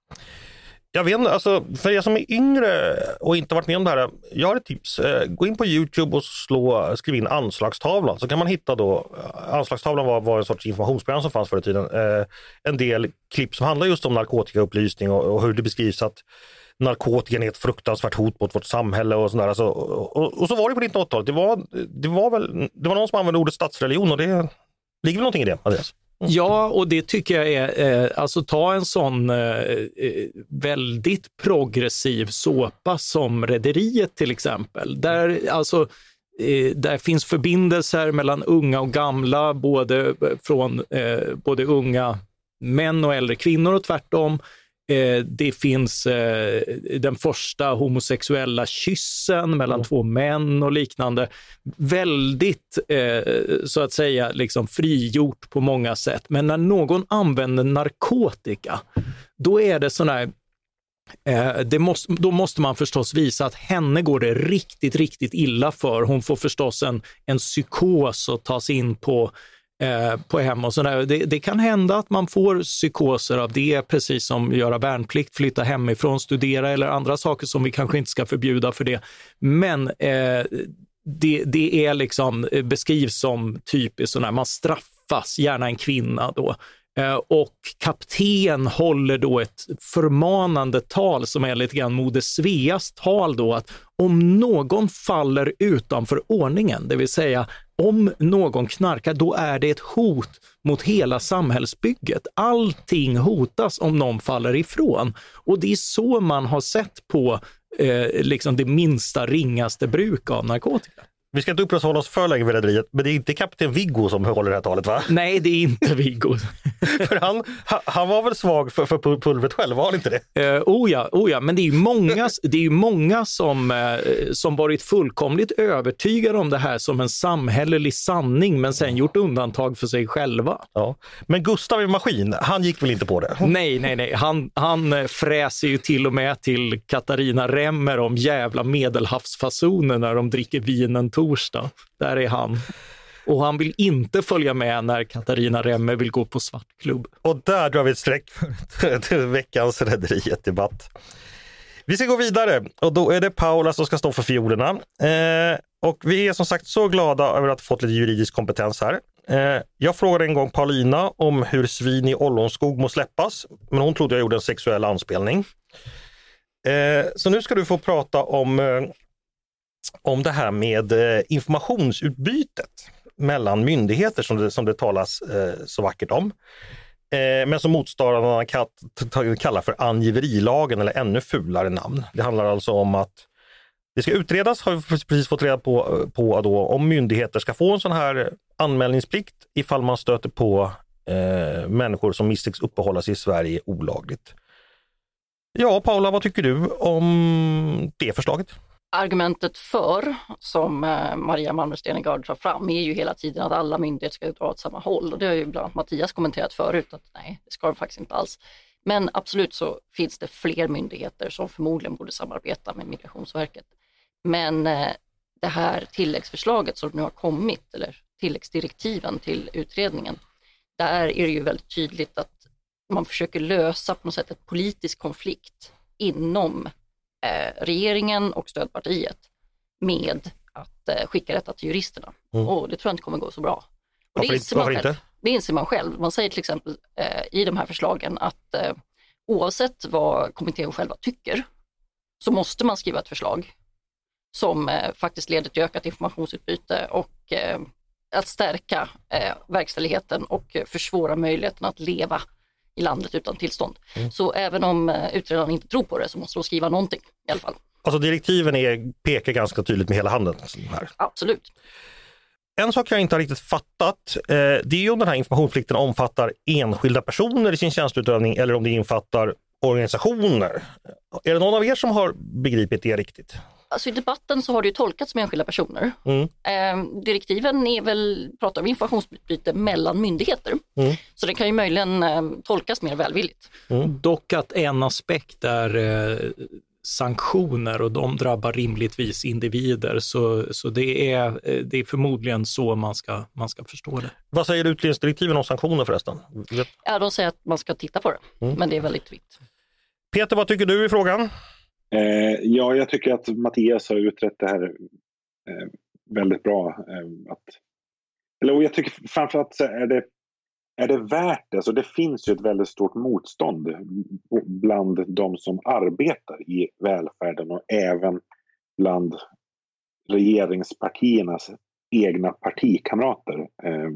S1: Jag vet inte, alltså för er som är yngre och inte varit med om det här, jag har ett tips. Gå in på YouTube och slå, skriv in anslagstavlan så kan man hitta då, anslagstavlan var, var en sorts informationsprogram som fanns förr i tiden, eh, en del klipp som handlar just om narkotikaupplysning och, och hur det beskrivs att narkotikan är ett fruktansvärt hot mot vårt samhälle och sådär. Alltså, och, och, och så var det på nittonhundraåttiotalet. Det var, det var väl, det var någon som använde ordet statsreligion och det ligger väl någonting i det, Andreas?
S2: Mm. Ja, och det tycker jag är, eh, alltså ta en sån eh, väldigt progressiv såpa som Rederiet till exempel. Där, alltså, eh, där finns förbindelser mellan unga och gamla, både från eh, både unga män och äldre kvinnor och tvärtom. Eh, det finns eh, den första homosexuella kyssen mellan mm. två män och liknande. Väldigt, eh, så att säga, liksom frigjort på många sätt. Men när någon använder narkotika, då är det sån här, eh, det måste, då måste man förstås visa att henne går det riktigt, riktigt illa för. Hon får förstås en, en psykos och tas in på Eh, på hem och sådär. Det, det kan hända att man får psykoser av det, precis som göra värnplikt, flytta hemifrån, studera eller andra saker som vi kanske inte ska förbjuda för det. Men eh, det, det är liksom beskrivs som typiskt sådär, man straffas, gärna en kvinna då, Och kapten håller då ett förmanande tal som är lite grann Moder Sveas tal då, att om någon faller utanför ordningen, det vill säga om någon knarkar, då är det ett hot mot hela samhällsbygget. Allting hotas om någon faller ifrån. Och det är så man har sett på eh, liksom det minsta ringaste bruk av narkotika.
S1: Vi ska inte upprätthålla oss för länge vid rederiet, men det är inte kapten Viggo som håller det här talet, va?
S2: Nej, det är inte Viggo.
S1: För han, han var väl svag för, för pulvret själv, var han inte det?
S2: Uh, oh ja, oh ja, men det är ju många, det är ju många som, uh, som varit fullkomligt övertygade om det här som en samhällelig sanning, men sen gjort undantag för sig själva.
S1: Ja. Men Gustav i Maskin, han gick väl inte på det?
S2: Nej, nej, nej. Han, han fräser ju till och med till Katarina Remmer om jävla medelhavsfasoner när de dricker vinen torsdag. Där är han. Och han vill inte följa med när Katarina Remmer vill gå på svartklubb.
S1: Och där drar vi ett streck till veckans rederiet-debatt. Vi ska gå vidare och då är det Paula som ska stå för fiolerna. Eh, och vi är som sagt så glada över att ha fått lite juridisk kompetens här. Eh, jag frågade en gång Paulina om hur svin i ollonskog må släppas, men hon trodde jag gjorde en sexuell anspelning. Eh, så nu ska du få prata om, eh, om det här med eh, informationsutbytet mellan myndigheter som det, som det talas eh, så vackert om. Eh, men som motståndarna kallar för angiverilagen eller ännu fulare namn. Det handlar alltså om att det ska utredas, har vi precis fått reda på, på då, om myndigheter ska få en sån här anmälningsplikt ifall man stöter på eh, människor som misstänks uppehålla sig i Sverige olagligt. Ja, Paula, vad tycker du om det förslaget?
S3: Argumentet för, som Maria Malmer Stenergard tar fram, är ju hela tiden att alla myndigheter ska dra åt samma håll. Och det har ju bland annat Mattias kommenterat förut, att nej, det ska de faktiskt inte alls. Men absolut så finns det fler myndigheter som förmodligen borde samarbeta med Migrationsverket. Men det här tilläggsförslaget som nu har kommit, eller tilläggsdirektiven till utredningen, där är det ju väldigt tydligt att man försöker lösa på något sätt ett politisk konflikt inom eh, regeringen och stödpartiet med att eh, skicka detta till juristerna. Mm. Och det tror jag inte kommer gå så bra. Och
S1: varför,
S3: det, inser man själv.
S1: inte?
S3: det inser man själv. Man säger till exempel eh, i de här förslagen att eh, oavsett vad kommittén själva tycker så måste man skriva ett förslag som eh, faktiskt leder till ökat informationsutbyte och eh, att stärka eh, verkställigheten och eh, försvåra möjligheten att leva i landet utan tillstånd. Mm. Så även om uh, utredaren inte tror på det så måste de skriva någonting i alla fall.
S1: Alltså direktiven är, pekar ganska tydligt med hela handen här.
S3: Absolut.
S1: En sak jag inte har riktigt fattat, eh, det är ju om den här informationsplikten omfattar enskilda personer i sin tjänsteutövning eller om det infattar organisationer. Är det någon av er som har begripit det riktigt?
S3: Alltså i debatten så har det ju tolkats som enskilda personer. Mm. Eh, direktiven är väl, pratar om informationsutbyte mellan myndigheter. Mm. Så det kan ju möjligen eh, tolkas mer välvilligt.
S2: Mm. Dock att en aspekt är eh, sanktioner och de drabbar rimligtvis individer. Så, så det, är, det är förmodligen så man ska, man ska förstå det.
S1: Vad säger utredningsdirektiven om sanktioner förresten?
S3: Ja, de säger att man ska titta på det. Mm. Men det är väldigt vitt.
S1: Peter, vad tycker du i frågan?
S4: Eh, ja, jag tycker att Mattias har utrett det här eh, väldigt bra. Eh, att, eller jag tycker framförallt så är det, är det värt det. Alltså det finns ju ett väldigt stort motstånd bland de som arbetar i välfärden och även bland regeringspartiernas egna partikamrater eh,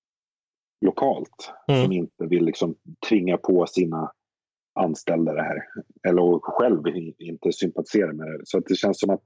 S4: lokalt mm. som inte vill liksom tvinga på sina anställda det här eller själv inte sympatisera med det. Så att det känns som att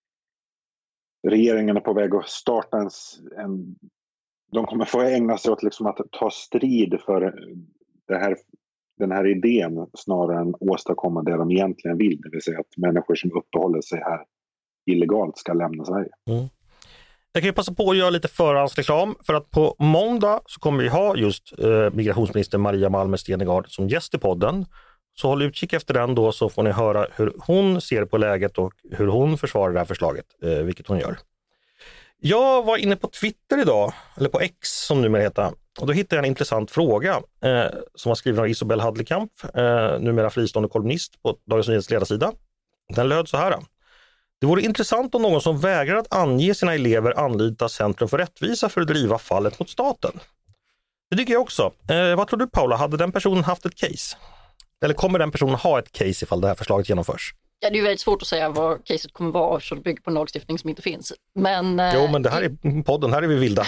S4: regeringen är på väg att starta en, en de kommer få ägna sig åt liksom att ta strid för det här, den här idén snarare än åstadkomma det de egentligen vill, det vill säga att människor som uppehåller sig här illegalt ska lämna Sverige. Mm.
S1: Jag kan ju passa på att göra lite förhandsreklam för att på måndag så kommer vi ha just eh, migrationsminister Maria Malmer Stenergard som gäst i podden. Så håll utkik efter den då så får ni höra hur hon ser på läget och hur hon försvarar det här förslaget, eh, vilket hon gör. Jag var inne på Twitter idag, eller på X som numera heter, och då hittade jag en intressant fråga eh, som var skriven av Isabel Hadlekamp, eh, numera fristående kolumnist på Dagens Nyheters ledarsida. Den löd så här. Det vore intressant om någon som vägrar att ange sina elever anlitar Centrum för rättvisa för att driva fallet mot staten. Det tycker jag också. Eh, vad tror du, Paula? Hade den personen haft ett case? Eller kommer den personen ha ett case ifall det här förslaget genomförs?
S3: Ja, det är ju väldigt svårt att säga vad caset kommer vara eftersom det bygger på en lagstiftning som inte finns. Men,
S1: jo, men det här är podden, här är vi vilda.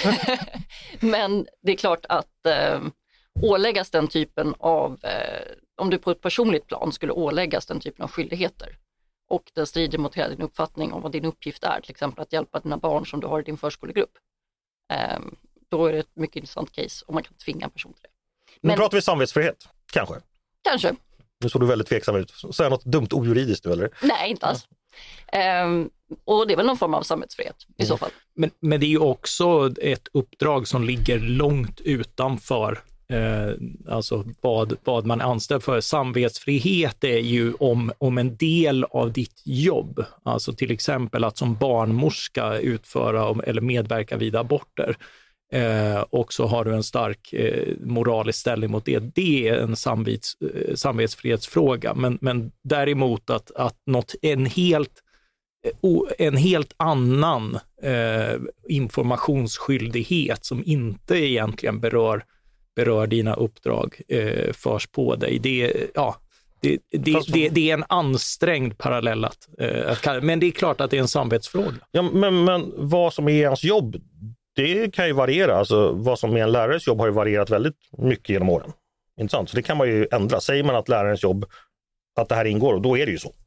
S3: Men det är klart att eh, åläggas den typen av, eh, om du på ett personligt plan skulle åläggas den typen av skyldigheter och det strider mot hela din uppfattning om vad din uppgift är, till exempel att hjälpa dina barn som du har i din förskolegrupp, eh, då är det ett mycket intressant case om man kan tvinga en person till det.
S1: Men,
S3: Men
S1: nu pratar vi samvetsfrihet, kanske?
S3: Kanske.
S1: Nu såg du väldigt tveksam ut. Så är något dumt ojuridiskt nu, eller?
S3: Nej, inte alls. Ja. Um, och det är väl någon form av samvetsfrihet i mm. så fall.
S2: Men, men det är ju också ett uppdrag som ligger långt utanför eh, alltså vad, vad man är anställd för. Samvetsfrihet är ju om, om en del av ditt jobb. Alltså till exempel att som barnmorska utföra eller medverka vid aborter. Eh, och så har du en stark eh, moralisk ställning mot det. Det är en samvets, eh, samvetsfrihetsfråga. Men, men däremot att, att något, en, helt, eh, en helt annan eh, informationsskyldighet som inte egentligen berör, berör dina uppdrag eh, förs på dig. Det, ja, det, det, Fast... det, det är en ansträngd parallell att, eh, att kalla, men det är klart att det är en samvetsfråga.
S1: Ja, men, men vad som är ens jobb, det kan ju variera. Alltså, vad som är en lärares jobb har ju varierat väldigt mycket genom åren. Intressant. Så det kan man ju ändra. Säger man att lärarens jobb, att det här ingår, då är det ju så.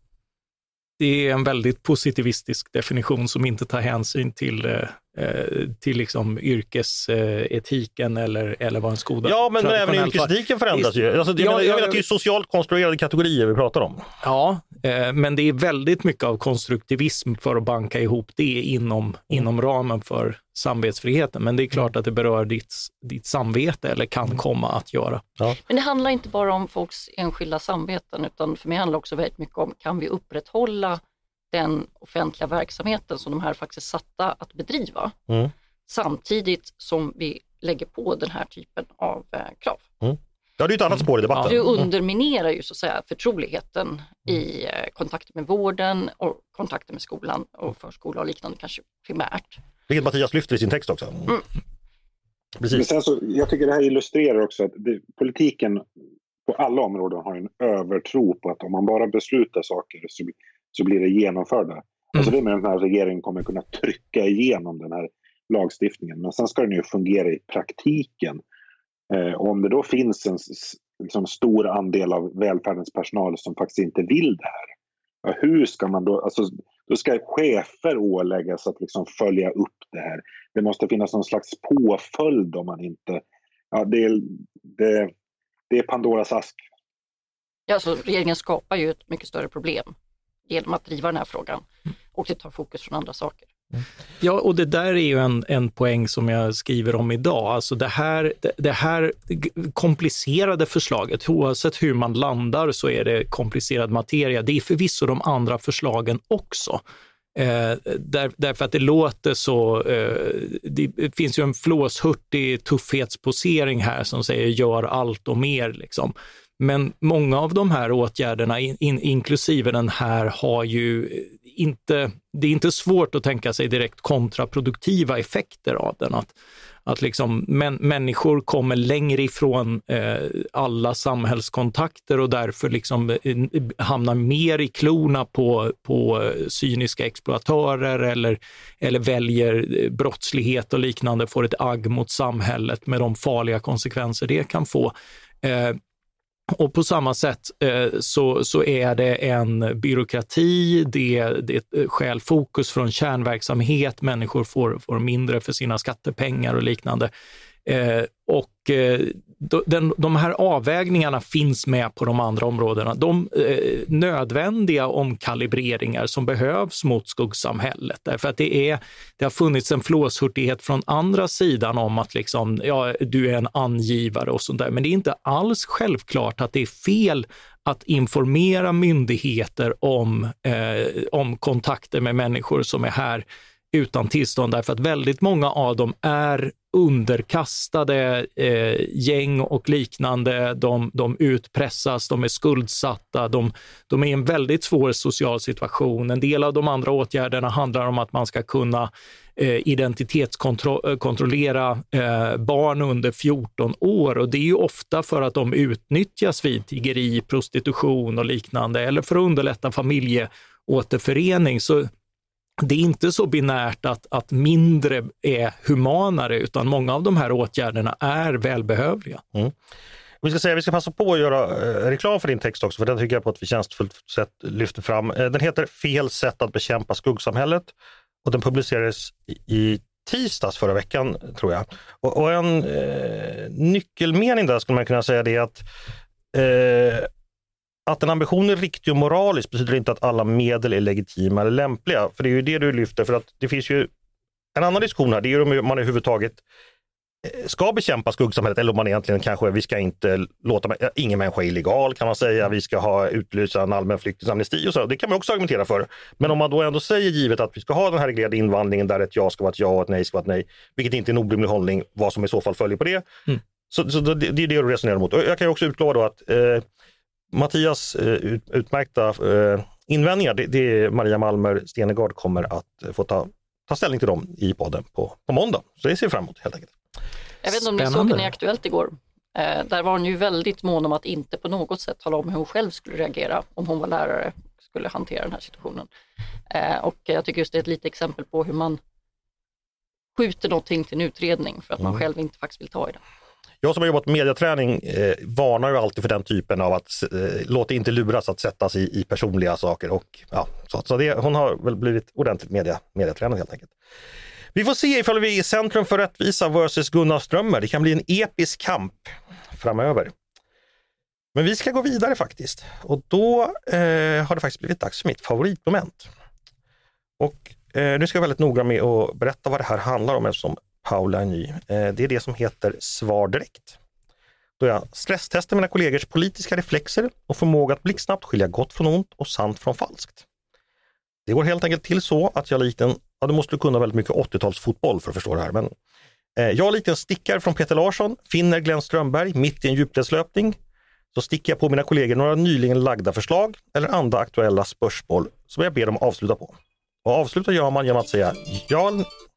S2: Det är en väldigt positivistisk definition som inte tar hänsyn till, eh, till liksom yrkesetiken eller, eller vad en skola...
S1: Ja, men även yrkesetiken förändras ju. Alltså, jag, ja, menar, jag vet att det är socialt konstruerade kategorier vi pratar om.
S2: Ja, eh, men det är väldigt mycket av konstruktivism för att banka ihop det inom, mm. inom ramen för samvetsfriheten. Men det är klart att det berör ditt, ditt samvete eller kan komma att göra.
S3: Ja. Men det handlar inte bara om folks enskilda samveten, utan för mig handlar det också väldigt mycket om, kan vi upprätthålla den offentliga verksamheten som de här faktiskt är satta att bedriva, mm. samtidigt som vi lägger på den här typen av eh, krav.
S1: Mm. Ja, det är ett annat spår i debatten.
S3: Du underminerar ju så att säga förtroligheten mm. i eh, kontakter med vården och kontakter med skolan och förskola och liknande kanske primärt.
S1: Vilket Mattias lyfter i sin text också. Mm.
S4: Precis. Men sen så, jag tycker det här illustrerar också att det, politiken på alla områden har en övertro på att om man bara beslutar saker så, så blir det genomförda. Mm. Alltså det med den här regeringen kommer kunna trycka igenom den här lagstiftningen. Men sen ska den ju fungera i praktiken. Eh, och om det då finns en liksom, stor andel av välfärdens personal som faktiskt inte vill det här. Ja, hur ska man då... Alltså, då ska chefer åläggas att liksom följa upp det här. Det måste finnas någon slags påföljd om man inte... Ja, det, det, det är Pandoras ask.
S3: Ja, så regeringen skapar ju ett mycket större problem genom att driva den här frågan. Och det tar fokus från andra saker.
S2: Ja, och det där är ju en, en poäng som jag skriver om idag. Alltså det här, det, det här komplicerade förslaget, oavsett hur man landar så är det komplicerad materia. Det är förvisso de andra förslagen också. Eh, där, därför att det låter så, eh, det finns ju en flåshurtig tuffhetsposering här som säger gör allt och mer liksom. Men många av de här åtgärderna, in, in, inklusive den här, har ju inte, det är inte svårt att tänka sig direkt kontraproduktiva effekter av den. Att, att liksom män, människor kommer längre ifrån eh, alla samhällskontakter och därför liksom eh, hamnar mer i klorna på, på cyniska exploatörer eller, eller väljer brottslighet och liknande, får ett agg mot samhället med de farliga konsekvenser det kan få. Eh, Och på samma sätt eh, så, så är det en byråkrati, det, det skäl fokus från kärnverksamhet, människor får, får mindre för sina skattepengar och liknande. Eh, och eh, den, de här avvägningarna finns med på de andra områdena. De eh, nödvändiga omkalibreringar som behövs mot skuggsamhället. Därför att det, är, det har funnits en flåshurtighet från andra sidan om att liksom, ja, du är en angivare och sånt där. Men det är inte alls självklart att det är fel att informera myndigheter om, eh, om kontakter med människor som är här utan tillstånd, därför att väldigt många av dem är underkastade eh, gäng och liknande. De, de utpressas, de är skuldsatta, de, de är i en väldigt svår social situation. En del av de andra åtgärderna handlar om att man ska kunna eh, identitetskontrollera eh, barn under fjorton år, och det är ju ofta för att de utnyttjas vid tiggeri, prostitution och liknande, eller för att underlätta familjeåterförening. Så det är inte så binärt att, att mindre är humanare, utan många av de här åtgärderna är välbehövliga.
S1: Mm. Vi ska säga, vi ska passa på att göra eh, reklam för din text också, för den tycker jag på ett förtjänstfullt sätt lyfter fram. Eh, den heter Fel sätt att bekämpa skuggsamhället, och den publicerades i, i tisdags förra veckan, tror jag. Och, och en eh, nyckelmening där skulle man kunna säga det att eh, Att en ambition är riktig och moralisk betyder inte att alla medel är legitima eller lämpliga. För det är ju det du lyfter. För att det finns ju en annan diskussion här. Det är ju om man överhuvudtaget ska bekämpa skuggsamhället, eller om man egentligen kanske, vi ska inte låta, ingen människa är illegal kan man säga. Vi ska ha utlysa en allmän flyktingsamnesti och så. Det kan man också argumentera för. Men om man då ändå säger givet att vi ska ha den här reglerade invandringen där ett ja ska vara ett ja och ett nej ska vara ett nej, vilket inte är en orimlig hållning, vad som i så fall följer på det. Mm. Så, så det, det är det du resonerar mot. Och jag kan ju också utlova då att eh, Mattias eh, ut, utmärkta eh, invändningar, det, det är Maria Malmer Stenegard kommer att eh, få ta, ta ställning till dem i podden på, på måndag. Så det ser vi fram emot helt enkelt.
S3: Jag vet inte om ni såg henne i Aktuellt igår. Eh, där var hon ju väldigt mån om att inte på något sätt tala om hur hon själv skulle reagera om hon var lärare skulle hantera den här situationen. Eh, och jag tycker just det är ett litet exempel på hur man skjuter någonting till en utredning för att man mm. själv inte faktiskt vill ta i det.
S1: Jag som har jobbat med mediaträning eh, varnar ju alltid för den typen av att eh, låta inte luras att sättas i, i personliga saker. Och, ja, så så det, hon har väl blivit ordentligt media, mediatränad helt enkelt. Vi får se ifall vi är i Centrum för rättvisa versus Gunnar Strömmer. Det kan bli en episk kamp framöver. Men vi ska gå vidare faktiskt. Och då eh, har det faktiskt blivit dags för mitt favoritmoment. Och eh, nu ska jag vara väldigt noga med att berätta vad det här handlar om eftersom Paula är ny. Eh, det är det som heter Svar direkt. Då jag stresstestar mina kollegors politiska reflexer och förmåga att blixtsnabbt skilja gott från ont och sant från falskt. Det går helt enkelt till så att jag likt en, ja du måste kunna väldigt mycket åttiotalsfotboll för att förstå det här, men eh, jag likt en stickare från Peter Larsson finner Glenn Strömberg mitt i en djupledslöpning, så sticker jag på mina kollegor några nyligen lagda förslag eller andra aktuella spörsmål som jag ber dem avsluta på. Och avsluta gör man genom att säga ja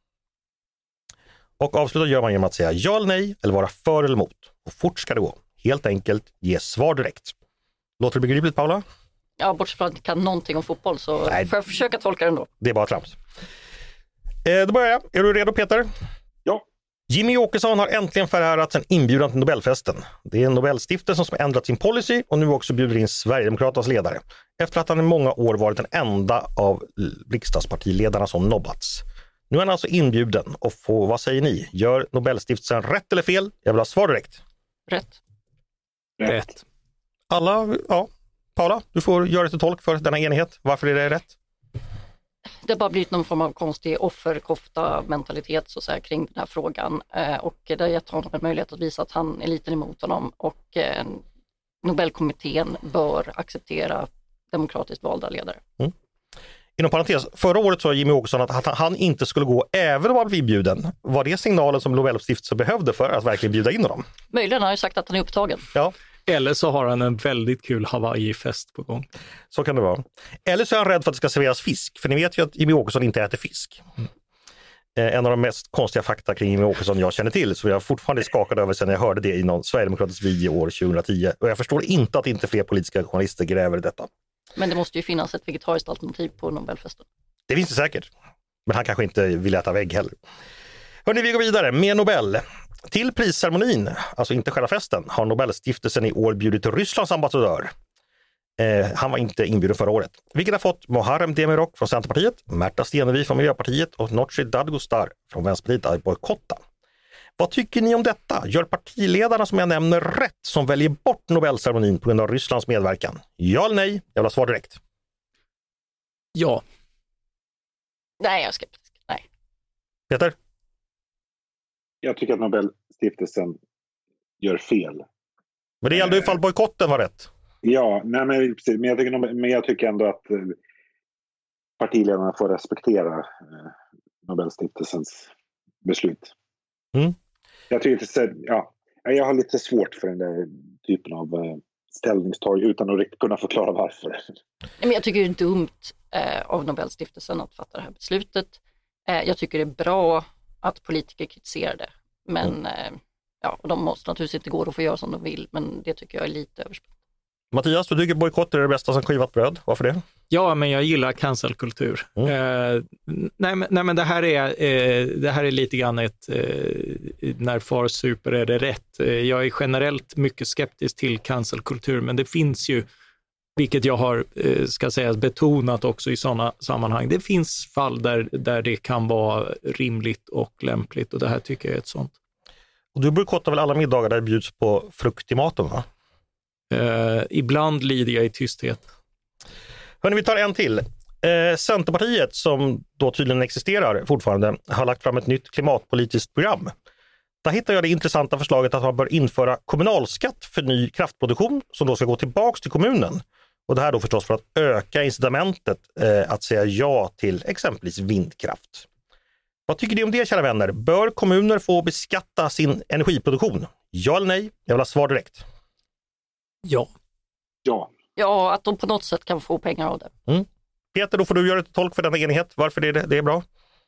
S1: och avsluta gör man genom att säga ja eller nej eller vara för eller emot. Och fort ska det gå. Helt enkelt ge svar direkt. Låter det begripligt, Paula?
S3: Ja, bortsett från att jag kan någonting om fotboll så Nej. får jag försöka tolka det ändå.
S1: Det är bara trams. Eh, då börjar jag. Är du redo, Peter?
S4: Ja.
S1: Jimmy Åkesson har äntligen förärats en inbjudan till Nobelfesten. Det är en Nobelstiftelsen som ändrat sin policy och nu också bjuder in Sverigedemokraternas ledare. Efter att han i många år varit den enda av riksdagspartiledarna som nobbats. Nu är han alltså inbjuden och få, vad säger ni? Gör Nobelstiftelsen rätt eller fel? Jag vill ha svar direkt.
S3: Rätt.
S2: Rätt.
S1: Alla, ja. Paula, du får göra till tolk för denna enighet. Varför är det rätt?
S3: Det har bara blivit någon form av konstig offerkofta-mentalitet så att säga, kring den här frågan. Eh, och det har gett honom en möjlighet att visa att han är lite emot honom. Och eh, Nobelkommittén bör acceptera demokratiskt valda ledare.
S1: Mm. Inom parentes, förra året sa Jimmy Åkesson att han inte skulle gå även om han blev inbjuden. Var det signalen som Nobelstiftelsen behövde för att verkligen bjuda in honom?
S3: Möjligen har han ju sagt att han är upptagen.
S1: Ja. Eller
S2: så har han en väldigt kul Hawaii-fest på gång.
S1: Så kan det vara. Eller så är han rädd för att det ska serveras fisk. För ni vet ju att Jimmy Åkesson inte äter fisk. Mm. Eh, en av de mest konstiga fakta kring Jimmy Åkesson jag känner till. Så jag fortfarande skakad över sen jag hörde det i någon sverigedemokratisk video år tjugohundratio. Och jag förstår inte att inte fler politiska journalister gräver i detta.
S3: Men det måste ju finnas ett vegetariskt alternativ på Nobelfesten.
S1: Det finns det säkert. Men han kanske inte vill äta vägg heller. Hörrni, vi går vidare med Nobel. Till prisceremonin, alltså inte själva festen, har Nobelstiftelsen i år bjudit Rysslands ambassadör. Eh, han var inte inbjuden förra året. Vilket har fått Muharrem Demirok från Centerpartiet, Märta Stenevi från Miljöpartiet och Nooshi Dadgostar från Vänsterpartiet att bojkotta. Vad tycker ni om detta? Gör partiledarna som jag nämner rätt som väljer bort Nobelceremonin på grund av Rysslands medverkan? Ja eller nej? Jag vill ha svar direkt.
S2: Ja.
S3: Nej, jag är skeptisk. Nej.
S1: Peter?
S4: Jag tycker att Nobelstiftelsen gör fel.
S1: Men det gällde ju ifall bojkotten var rätt.
S4: Ja, nej, men, men, jag tycker, men jag tycker ändå att partiledarna får respektera Nobelstiftelsens beslut.
S1: Mm.
S4: Jag tycker inte, ja, jag har lite svårt för den där typen av ställningstag utan att riktigt kunna förklara varför.
S3: Men jag tycker det är dumt eh, av Nobelstiftelsen att fatta det här beslutet. Eh, jag tycker det är bra att politiker kritiserar det. Men mm. eh, ja, och de måste naturligtvis inte gå och få göra som de vill, men det tycker jag är lite överspel.
S1: Mattias, du tycker bojkott är det bästa som skivat bröd. Varför det?
S2: Ja, men jag gillar cancelkultur. Mm. Eh, nej, men, nej, men det här är, eh, det här är lite grann ett eh, när far super är det rätt. Eh, jag är generellt mycket skeptisk till cancelkultur, men det finns ju, vilket jag har eh, ska säga, betonat också i sådana sammanhang, det finns fall där, där det kan vara rimligt och lämpligt, och det här tycker jag är ett sånt.
S1: Och du bojkottar väl alla middagar där det bjuds på frukt i maten, va?
S2: Eh, ibland lider jag i tysthet.
S1: Hörrni, vi tar en till. Eh, Centerpartiet, som då tydligen existerar fortfarande, har lagt fram ett nytt klimatpolitiskt program. Där hittar jag det intressanta förslaget att man bör införa kommunalskatt för ny kraftproduktion som då ska gå tillbaks till kommunen. Och det här då förstås för att öka incitamentet eh, att säga ja till exempelvis vindkraft. Vad tycker ni om det, kära vänner? Bör kommuner få beskatta sin energiproduktion? Ja eller nej? Jag vill ha svar direkt.
S2: Ja.
S4: Ja.
S3: Ja, att de på något sätt kan få pengar av det.
S1: Mm. Peter, då får du göra ett tolk för denna enighet. Varför är det, det är bra?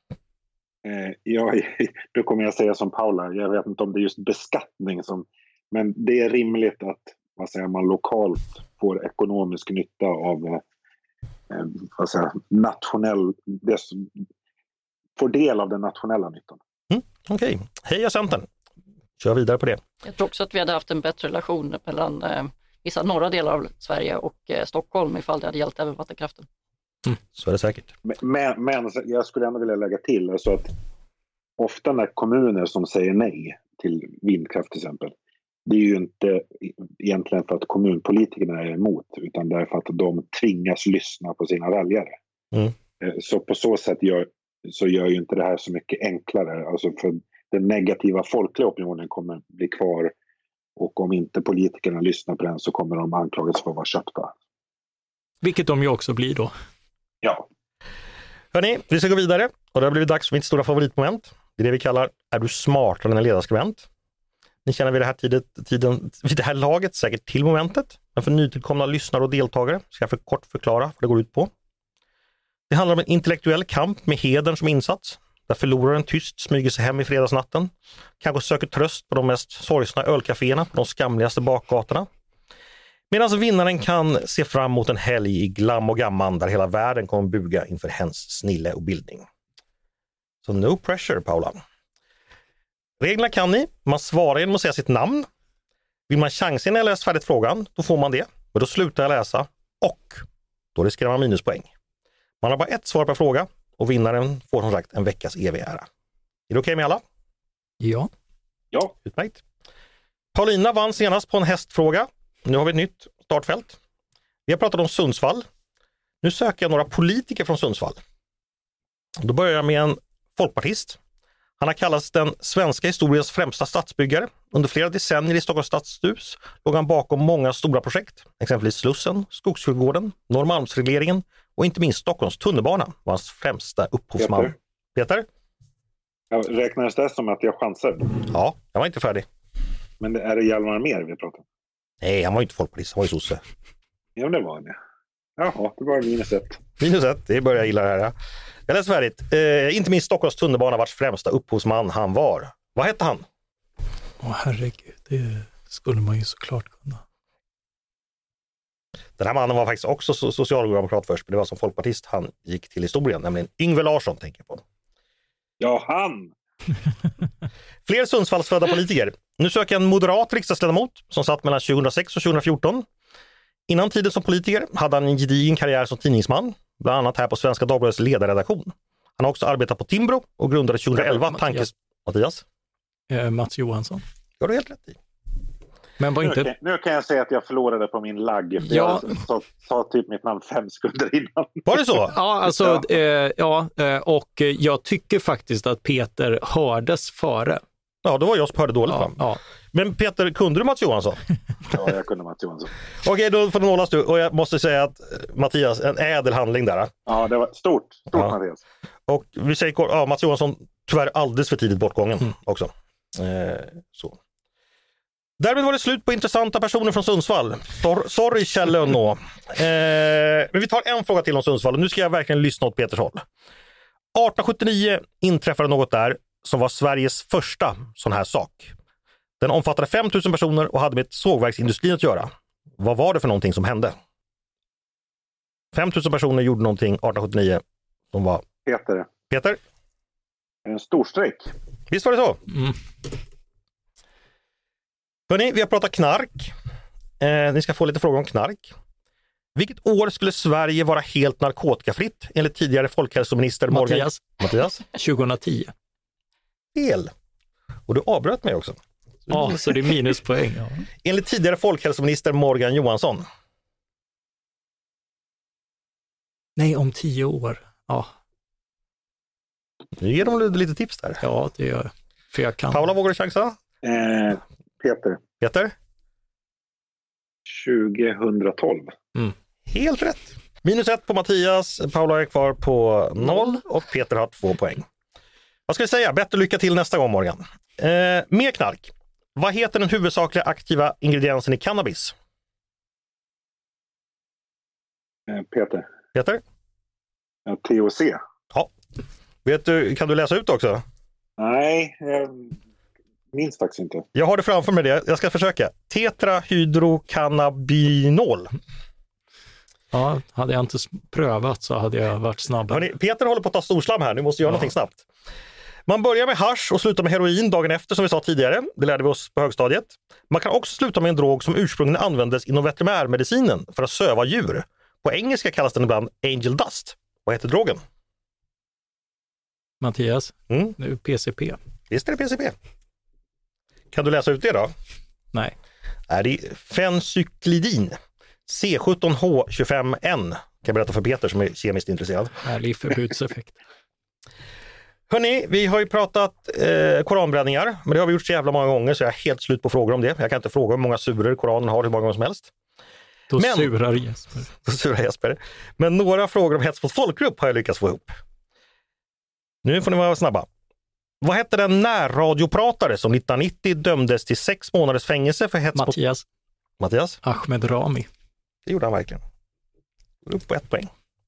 S4: Eh, ja, då kommer jag säga som Paula. Jag vet inte om det är just beskattning som... Men det är rimligt att vad säger man, lokalt får ekonomisk nytta av eh, vad säger, nationell... Det som, får del av den nationella nyttan.
S1: Mm, Okej. Okay. Heja Centern. Kör vidare på det.
S3: Jag tror också att vi hade haft en bättre relation mellan eh, vissa norra delar av Sverige och eh, Stockholm ifall det hade gällt även vattenkraften.
S1: Mm, så är det säkert.
S4: Men, men jag skulle ändå vilja lägga till alltså att ofta när kommuner som säger nej till vindkraft till exempel, det är ju inte egentligen för att kommunpolitikerna är emot, utan därför att de tvingas lyssna på sina väljare. Mm. Så på så sätt gör, så gör ju inte det här så mycket enklare. Alltså för den negativa folkliga opinionen kommer bli kvar, och om inte politikerna lyssnar på den så kommer de anklagas för att vara köpta.
S2: Vilket de ju också blir då.
S4: Ja.
S1: Hörrni, vi ska gå vidare och det har blivit dags för mitt stora favoritmoment. Det är det vi kallar Är du smartare än en ledarskribent? Ni känner vid det här, tidet, tiden, vid det här laget säkert till momentet, men för nytillkomna lyssnare och deltagare ska jag för kort förklara vad det går ut på. Det handlar om en intellektuell kamp med hedern som insats, där förloraren tyst smyger sig hem i fredagsnatten, kanske söker tröst på de mest sorgsna ölcaféerna på de skamligaste bakgatorna. Medan vinnaren kan se fram emot en helg i glam och gamman där hela världen kommer buga inför hens snille och bildning. Så no pressure, Paula. Reglerna kan ni. Man svarar genom att säga sitt namn. Vill man chansen när jag läst färdigt frågan, då får man det. Men då slutar jag läsa och då riskerar man minuspoäng. Man har bara ett svar per fråga och vinnaren får som sagt en veckas evig ära. Är det okej okay med alla?
S2: Ja.
S4: Ja.
S1: Utmärkt. Paulina vann senast på en hästfråga. Nu har vi ett nytt startfält. Vi har pratat om Sundsvall. Nu söker jag några politiker från Sundsvall. Då börjar jag med en folkpartist. Han har kallats den svenska historiens främsta stadsbyggare. Under flera decennier i Stockholms stadshus låg han bakom många stora projekt. Exempelvis Slussen, Skogskyrkogården, Norrmalmsregleringen och inte minst Stockholms tunnelbana var hans främsta upphovsman.
S4: Peter?
S1: Peter?
S4: Jag räknades det som att jag chansar?
S1: Ja, jag var inte färdig.
S4: Men är det Hjalmar Mer vi pratar om?
S1: Nej, han var inte folkpartist, han var ju sosse.
S4: Ja, det var det. Jaha, det var minus ett.
S1: Minus ett, det börjar jag gilla det här. Ja. Jag läser färdigt. Eh, inte minst Stockholms tunnelbana vars främsta upphovsman han var. Vad hette han?
S2: Åh herregud, det skulle man ju såklart kunna.
S1: Den här mannen var faktiskt också socialdemokrat först, men det var som folkpartist han gick till historien, nämligen Yngve Larsson tänker jag på.
S4: Ja, han!
S1: Fler Sundsvallsfödda politiker. Nu söker jag en moderat riksdagsledamot som satt mellan tjugohundrasex och tjugohundrafjorton. Innan tiden som politiker hade han en gedigen karriär som tidningsman, bland annat här på Svenska Dagbladets ledarredaktion. Han har också arbetat på Timbro och grundade tjugohundraelva Tankes... Mattias?
S2: Eh, Mats Johansson.
S1: Ja, du helt rätt i.
S2: Men var
S4: nu,
S2: inte...
S4: kan, nu kan jag säga att jag förlorade på min lagg. För
S2: ja.
S4: Jag sa, sa typ mitt namn fem sekunder innan.
S1: Var det så?
S2: Ja, alltså, ja. Eh, ja, och jag tycker faktiskt att Peter hördes före.
S1: Ja, det var jag som hörde dåligt.
S2: Ja, ja.
S1: Men Peter, kunde du Mats Johansson?
S4: Ja, jag kunde Mats Johansson.
S1: Okej, okay, då får du nålas du. Och jag måste säga att Mattias, en ädel handling där.
S4: Ja, det var stort. Stort ja. Mattias.
S1: Och vi säger, ja, Mats Johansson tyvärr alldeles för tidigt bortgången mm. också. Eh, så. Därmed var det slut på intressanta personer från Sundsvall. Sor- sorry Kjell Lönnå. Eh, men vi tar en fråga till om Sundsvall och nu ska jag verkligen lyssna åt Peters håll. arton sjuttionio inträffade något där som var Sveriges första sån här sak. Den omfattade fem tusen personer och hade med sågverksindustrin att göra. Vad var det för någonting som hände? fem tusen personer gjorde någonting arton sjuttionio som var...
S4: Peter.
S1: Peter?
S4: En stor strejk.
S1: Visst var det så?
S2: Mm.
S1: Hörrni, vi har pratat knark. Eh, ni ska få lite frågor om knark. Vilket år skulle Sverige vara helt narkotikafritt enligt tidigare folkhälsominister Morgan...
S2: Mattias.
S1: Mattias?
S2: tjugohundratio.
S1: Fel. Och du avbröt mig också.
S2: Ja, så det är minuspoäng. Ja.
S1: Enligt tidigare folkhälsominister Morgan Johansson.
S2: Nej, om tio år. Ja,
S1: Nu ger de lite tips där.
S2: ja det gör jag. För jag kan.
S1: Paula, vågar du chansa?
S4: Eh, Peter.
S1: Peter?
S4: tjugotolv.
S1: Helt rätt. Minus ett på Mattias, Paula är kvar på noll och Peter har två poäng. Vad ska vi säga? Bättre lycka till nästa gång, Morgan. Eh, mer knark. Vad heter den huvudsakliga aktiva ingrediensen i cannabis?
S4: Eh, Peter.
S1: Peter?
S4: Ja, T H C.
S1: Ja. Vet du, kan du läsa ut också?
S4: Nej, jag minns faktiskt inte.
S1: Jag har det framför mig, det. Jag ska försöka. Tetrahydrocannabinol.
S2: Ja, hade jag inte prövat så hade jag varit snabbare.
S1: Hörrni, Peter håller på att ta storslam här, nu måste jag göra
S2: Ja.
S1: någonting snabbt. Man börjar med hasch och slutar med heroin dagen efter, som vi sa tidigare. Det lärde vi oss på högstadiet. Man kan också sluta med en drog som ursprungligen användes inom veterinärmedicinen för att söva djur. På engelska kallas den ibland angel dust. Vad heter drogen?
S2: Mattias,
S1: Mm.
S2: nu P C P.
S1: Visst är det P C P. Kan du läsa ut det då?
S2: Nej.
S1: Är det fencyklidin? C sjutton H tjugofem N. Kan jag berätta för Peter som är kemiskt intresserad.
S2: Härlig förbudseffekt.
S1: Hörrni, vi har ju pratat eh, koranbränningar, men det har vi gjort så jävla många gånger så jag är helt slut på frågor om det. Jag kan inte fråga hur många surer Koranen har hur många gånger som helst.
S2: Då
S1: Men-
S2: surar Jesper.
S1: Sura Jesper. Men några frågor om hets mot folkgrupp har jag lyckats få ihop. Nu får ni vara snabba. Vad hette den närradiopratare som nittonhundranittio dömdes till sex månaders fängelse för hets mot...
S2: Mattias
S1: Mattias?
S2: Ahmed Rami.
S1: Det gjorde han verkligen. Upp på ett poäng.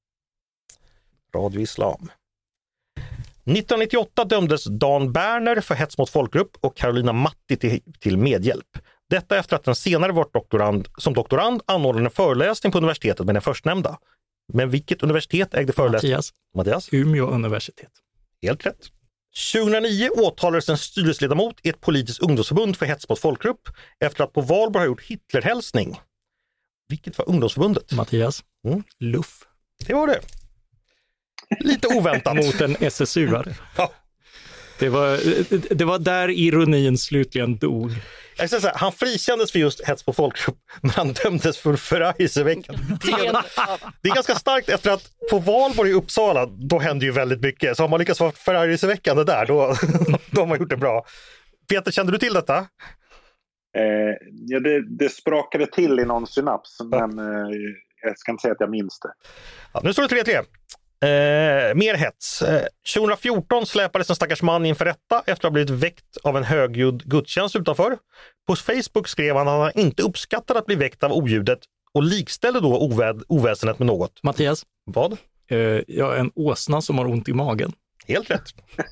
S1: Radio Islam. nittonhundranittioåtta dömdes Dan Berner för hets mot folkgrupp och Carolina Matti till, till medhjälp. Detta efter att den senare varit doktorand, som doktorand anordnade en föreläsning på universitetet med den förstnämnda. Men vilket universitet ägde föreläsningen?
S2: Mattias,
S1: Mattias?
S2: Umeå universitet.
S1: Helt rätt. tjugohundranio åtalades en styrelseledamot i ett politiskt ungdomsförbund för hets mot folkgrupp efter att på valborg ha gjort Hitlerhälsning. Vilket var ungdomsförbundet?
S2: Mattias,
S1: Mm.
S2: Luff.
S1: Det var det. Lite oväntat.
S2: Mot en S S U-are.
S1: Ja.
S2: Det var, det var där ironin slutligen dog.
S1: Jag ska säga, han frikändes för just hets på folkgrupp, men han dömdes för förargelseväckande. Det är ganska starkt efter att på valborg i Uppsala, då hände ju väldigt mycket. Så har man lyckats vara förargelseväckande där, då, då har man gjort det bra. Peter, kände du till detta?
S4: Eh, ja, det, det sprakade till i någon synaps, men eh, jag ska inte säga att jag minns det.
S1: Ja, nu står det tre tre. Eh, mer hets. Eh, tjugohundrafjorton släpades en stackars man inför rätta efter att ha blivit väckt av en högljudd gudstjänst utanför. På Facebook skrev han att han inte uppskattade att bli väckt av oljudet och likställde då oväd, oväsendet med något.
S2: Mattias,
S1: Vad?
S2: eh, jag är en åsna som har ont i magen.
S1: Helt rätt.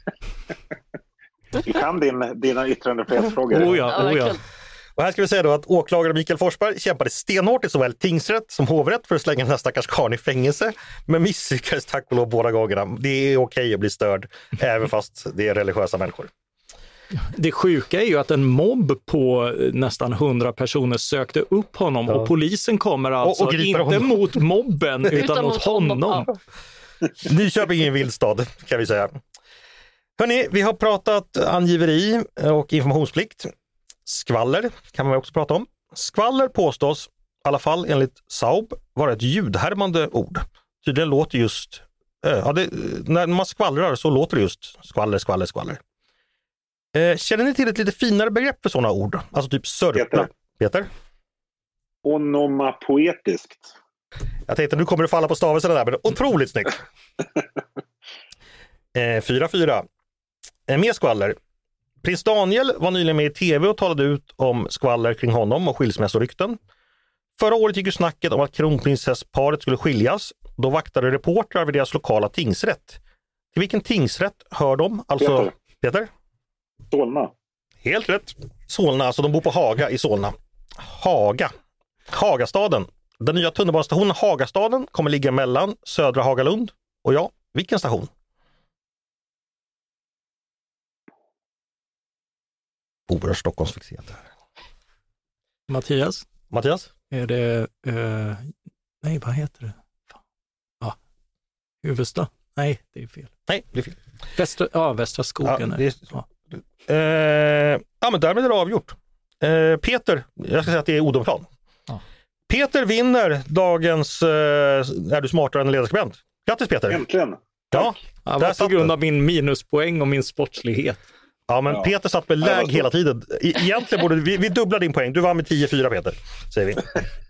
S4: Du kan din, dina yttrandefrihetsfrågor.
S2: Oh ja, oh ja.
S3: verkligen.
S1: Och här ska vi säga då att åklagare Mikael Forsberg kämpade stenhårt i såväl tingsrätt som hovrätt för att slänga den här stackars karln i fängelse, men misslyckades tack och lov båda gångerna. Det är okej att bli störd, även fast det är religiösa människor.
S2: Det sjuka är ju att en mobb på nästan hundra personer sökte upp honom
S1: Ja.
S2: och polisen kommer alltså
S1: Och- och griper
S2: inte
S1: honom.
S2: mot mobben utan,
S3: Utan
S2: mot
S3: mot honom,
S2: honom.
S3: ja.
S1: Nyköping är en vild stad, kan vi säga. Hörrni, vi har pratat angiveri och informationsplikt. Skvaller kan man också prata om. Skvaller påstås, i alla fall enligt Saub, vara ett ljudhärmande ord. Tydligen låter just, äh, ja, det, när man skvallrar så låter det just skvaller, skvaller, skvaller. Eh, känner ni till ett lite finare begrepp för sådana ord? Alltså typ sörpla.
S4: Peter.
S1: Peter?
S4: Onomapoetiskt.
S1: Jag tänkte nu kommer du falla på stavelsen där, men otroligt snyggt. Eh, fyra fyra. Eh, mer skvaller. Prins Daniel var nyligen med i tv och talade ut om skvaller kring honom och skilsmässorykten. Förra året gick ju snacket om att kronprinsessparet skulle skiljas. Då vaktade reportrar vid deras lokala tingsrätt. Till vilken tingsrätt hör de? Alltså,
S4: Peter.
S1: Peter?
S4: Solna.
S1: Helt rätt. Solna, alltså de bor på Haga i Solna. Haga. Hagastaden. Den nya tunnelbanestationen Hagastaden kommer ligga mellan södra Hagalund och ja, vilken station? Oerhört Stockholmsfixerat här.
S2: Mattias?
S1: Mattias?
S2: Är det... Uh, nej, vad heter det? Fan. Ja. Huvudsta? Nej, det är fel.
S1: Nej, det är fel.
S2: Västra, ja, Västra skogen.
S1: Ja, det är,
S2: ja.
S1: Eh, ja, men därmed är det avgjort. Eh, Peter, jag ska säga att det är Odenplan.
S2: Ja.
S1: Peter vinner dagens eh, Är du smartare än en ledarskribent? Grattis Peter!
S4: Äntligen!
S1: Ja,
S2: Ja,
S1: där
S2: på
S1: satt
S2: grund
S1: det.
S2: av min minuspoäng och min sportslighet.
S1: Ja, men
S4: Ja.
S1: Peter satt med läg hela tiden. E- Egentligen borde vi, vi dubbla din poäng. Du vann med tio fyra Peter, säger vi.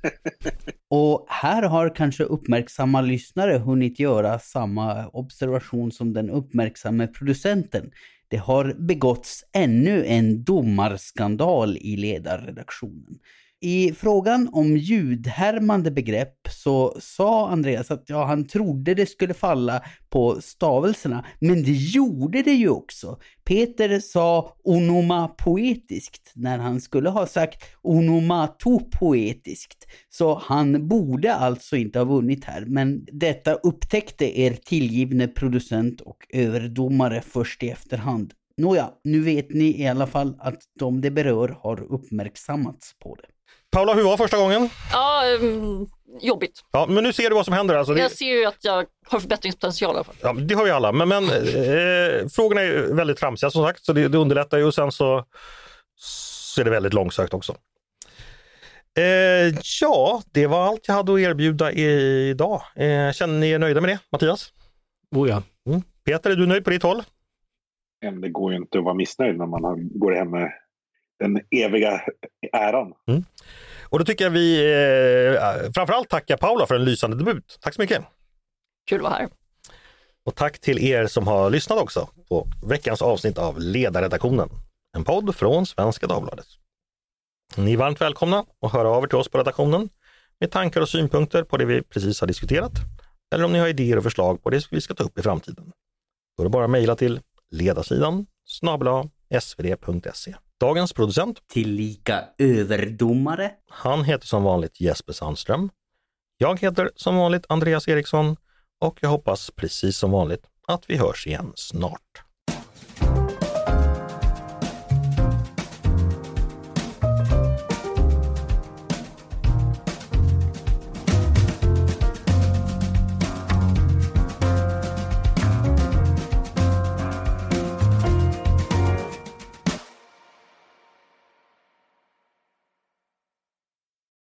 S7: Och här har kanske uppmärksamma lyssnare hunnit göra samma observation som den uppmärksamma producenten. Det har begåtts ännu en domarskandal i ledarredaktionen. I frågan om ljudhärmande begrepp så sa Andreas att ja, han trodde det skulle falla på stavelserna, men det gjorde det ju också. Peter sa onomapoetiskt när han skulle ha sagt onomatopoetiskt, så han borde alltså inte ha vunnit här, men detta upptäckte er tillgivne producent och överdomare först i efterhand. Nåja, nu vet ni i alla fall att de det berör har uppmärksammats på det.
S1: Paula, hur var första gången?
S3: Ja, um, jobbigt.
S1: Ja, men nu ser du vad som händer. Alltså, det,
S3: Jag ser ju att jag har förbättringspotential i alla fall.
S1: ja, det har vi alla, men, men eh, frågorna är ju väldigt tramsiga som sagt, så det, det underlättar ju och sen så, så är det väldigt långsökt också. Eh, ja, det var allt jag hade att erbjuda idag. Eh, känner ni er nöjda med det, Mattias?
S2: Oh ja.
S1: Mm. Peter, är du nöjd på ditt håll?
S4: Men det går ju inte att vara missnöjd när man har, går hem med den eviga äran.
S1: Mm. Och då tycker jag vi eh, framförallt tackar Paula för en lysande debut. Tack så mycket.
S3: Kul att vara här.
S1: Och tack till er som har lyssnat också på veckans avsnitt av Ledarredaktionen. En podd från Svenska Dagbladet. Ni är varmt välkomna att höra av er till oss på redaktionen med tankar och synpunkter på det vi precis har diskuterat. Eller om ni har idéer och förslag på det vi ska ta upp i framtiden. Då är det bara att mejla till ledarsidan snabel-a s v d punkt se. Dagens producent,
S7: Tillika överdomare.
S1: han heter som vanligt Jesper Sandström. Jag heter som vanligt Andreas Eriksson och jag hoppas precis som vanligt att vi hörs igen snart.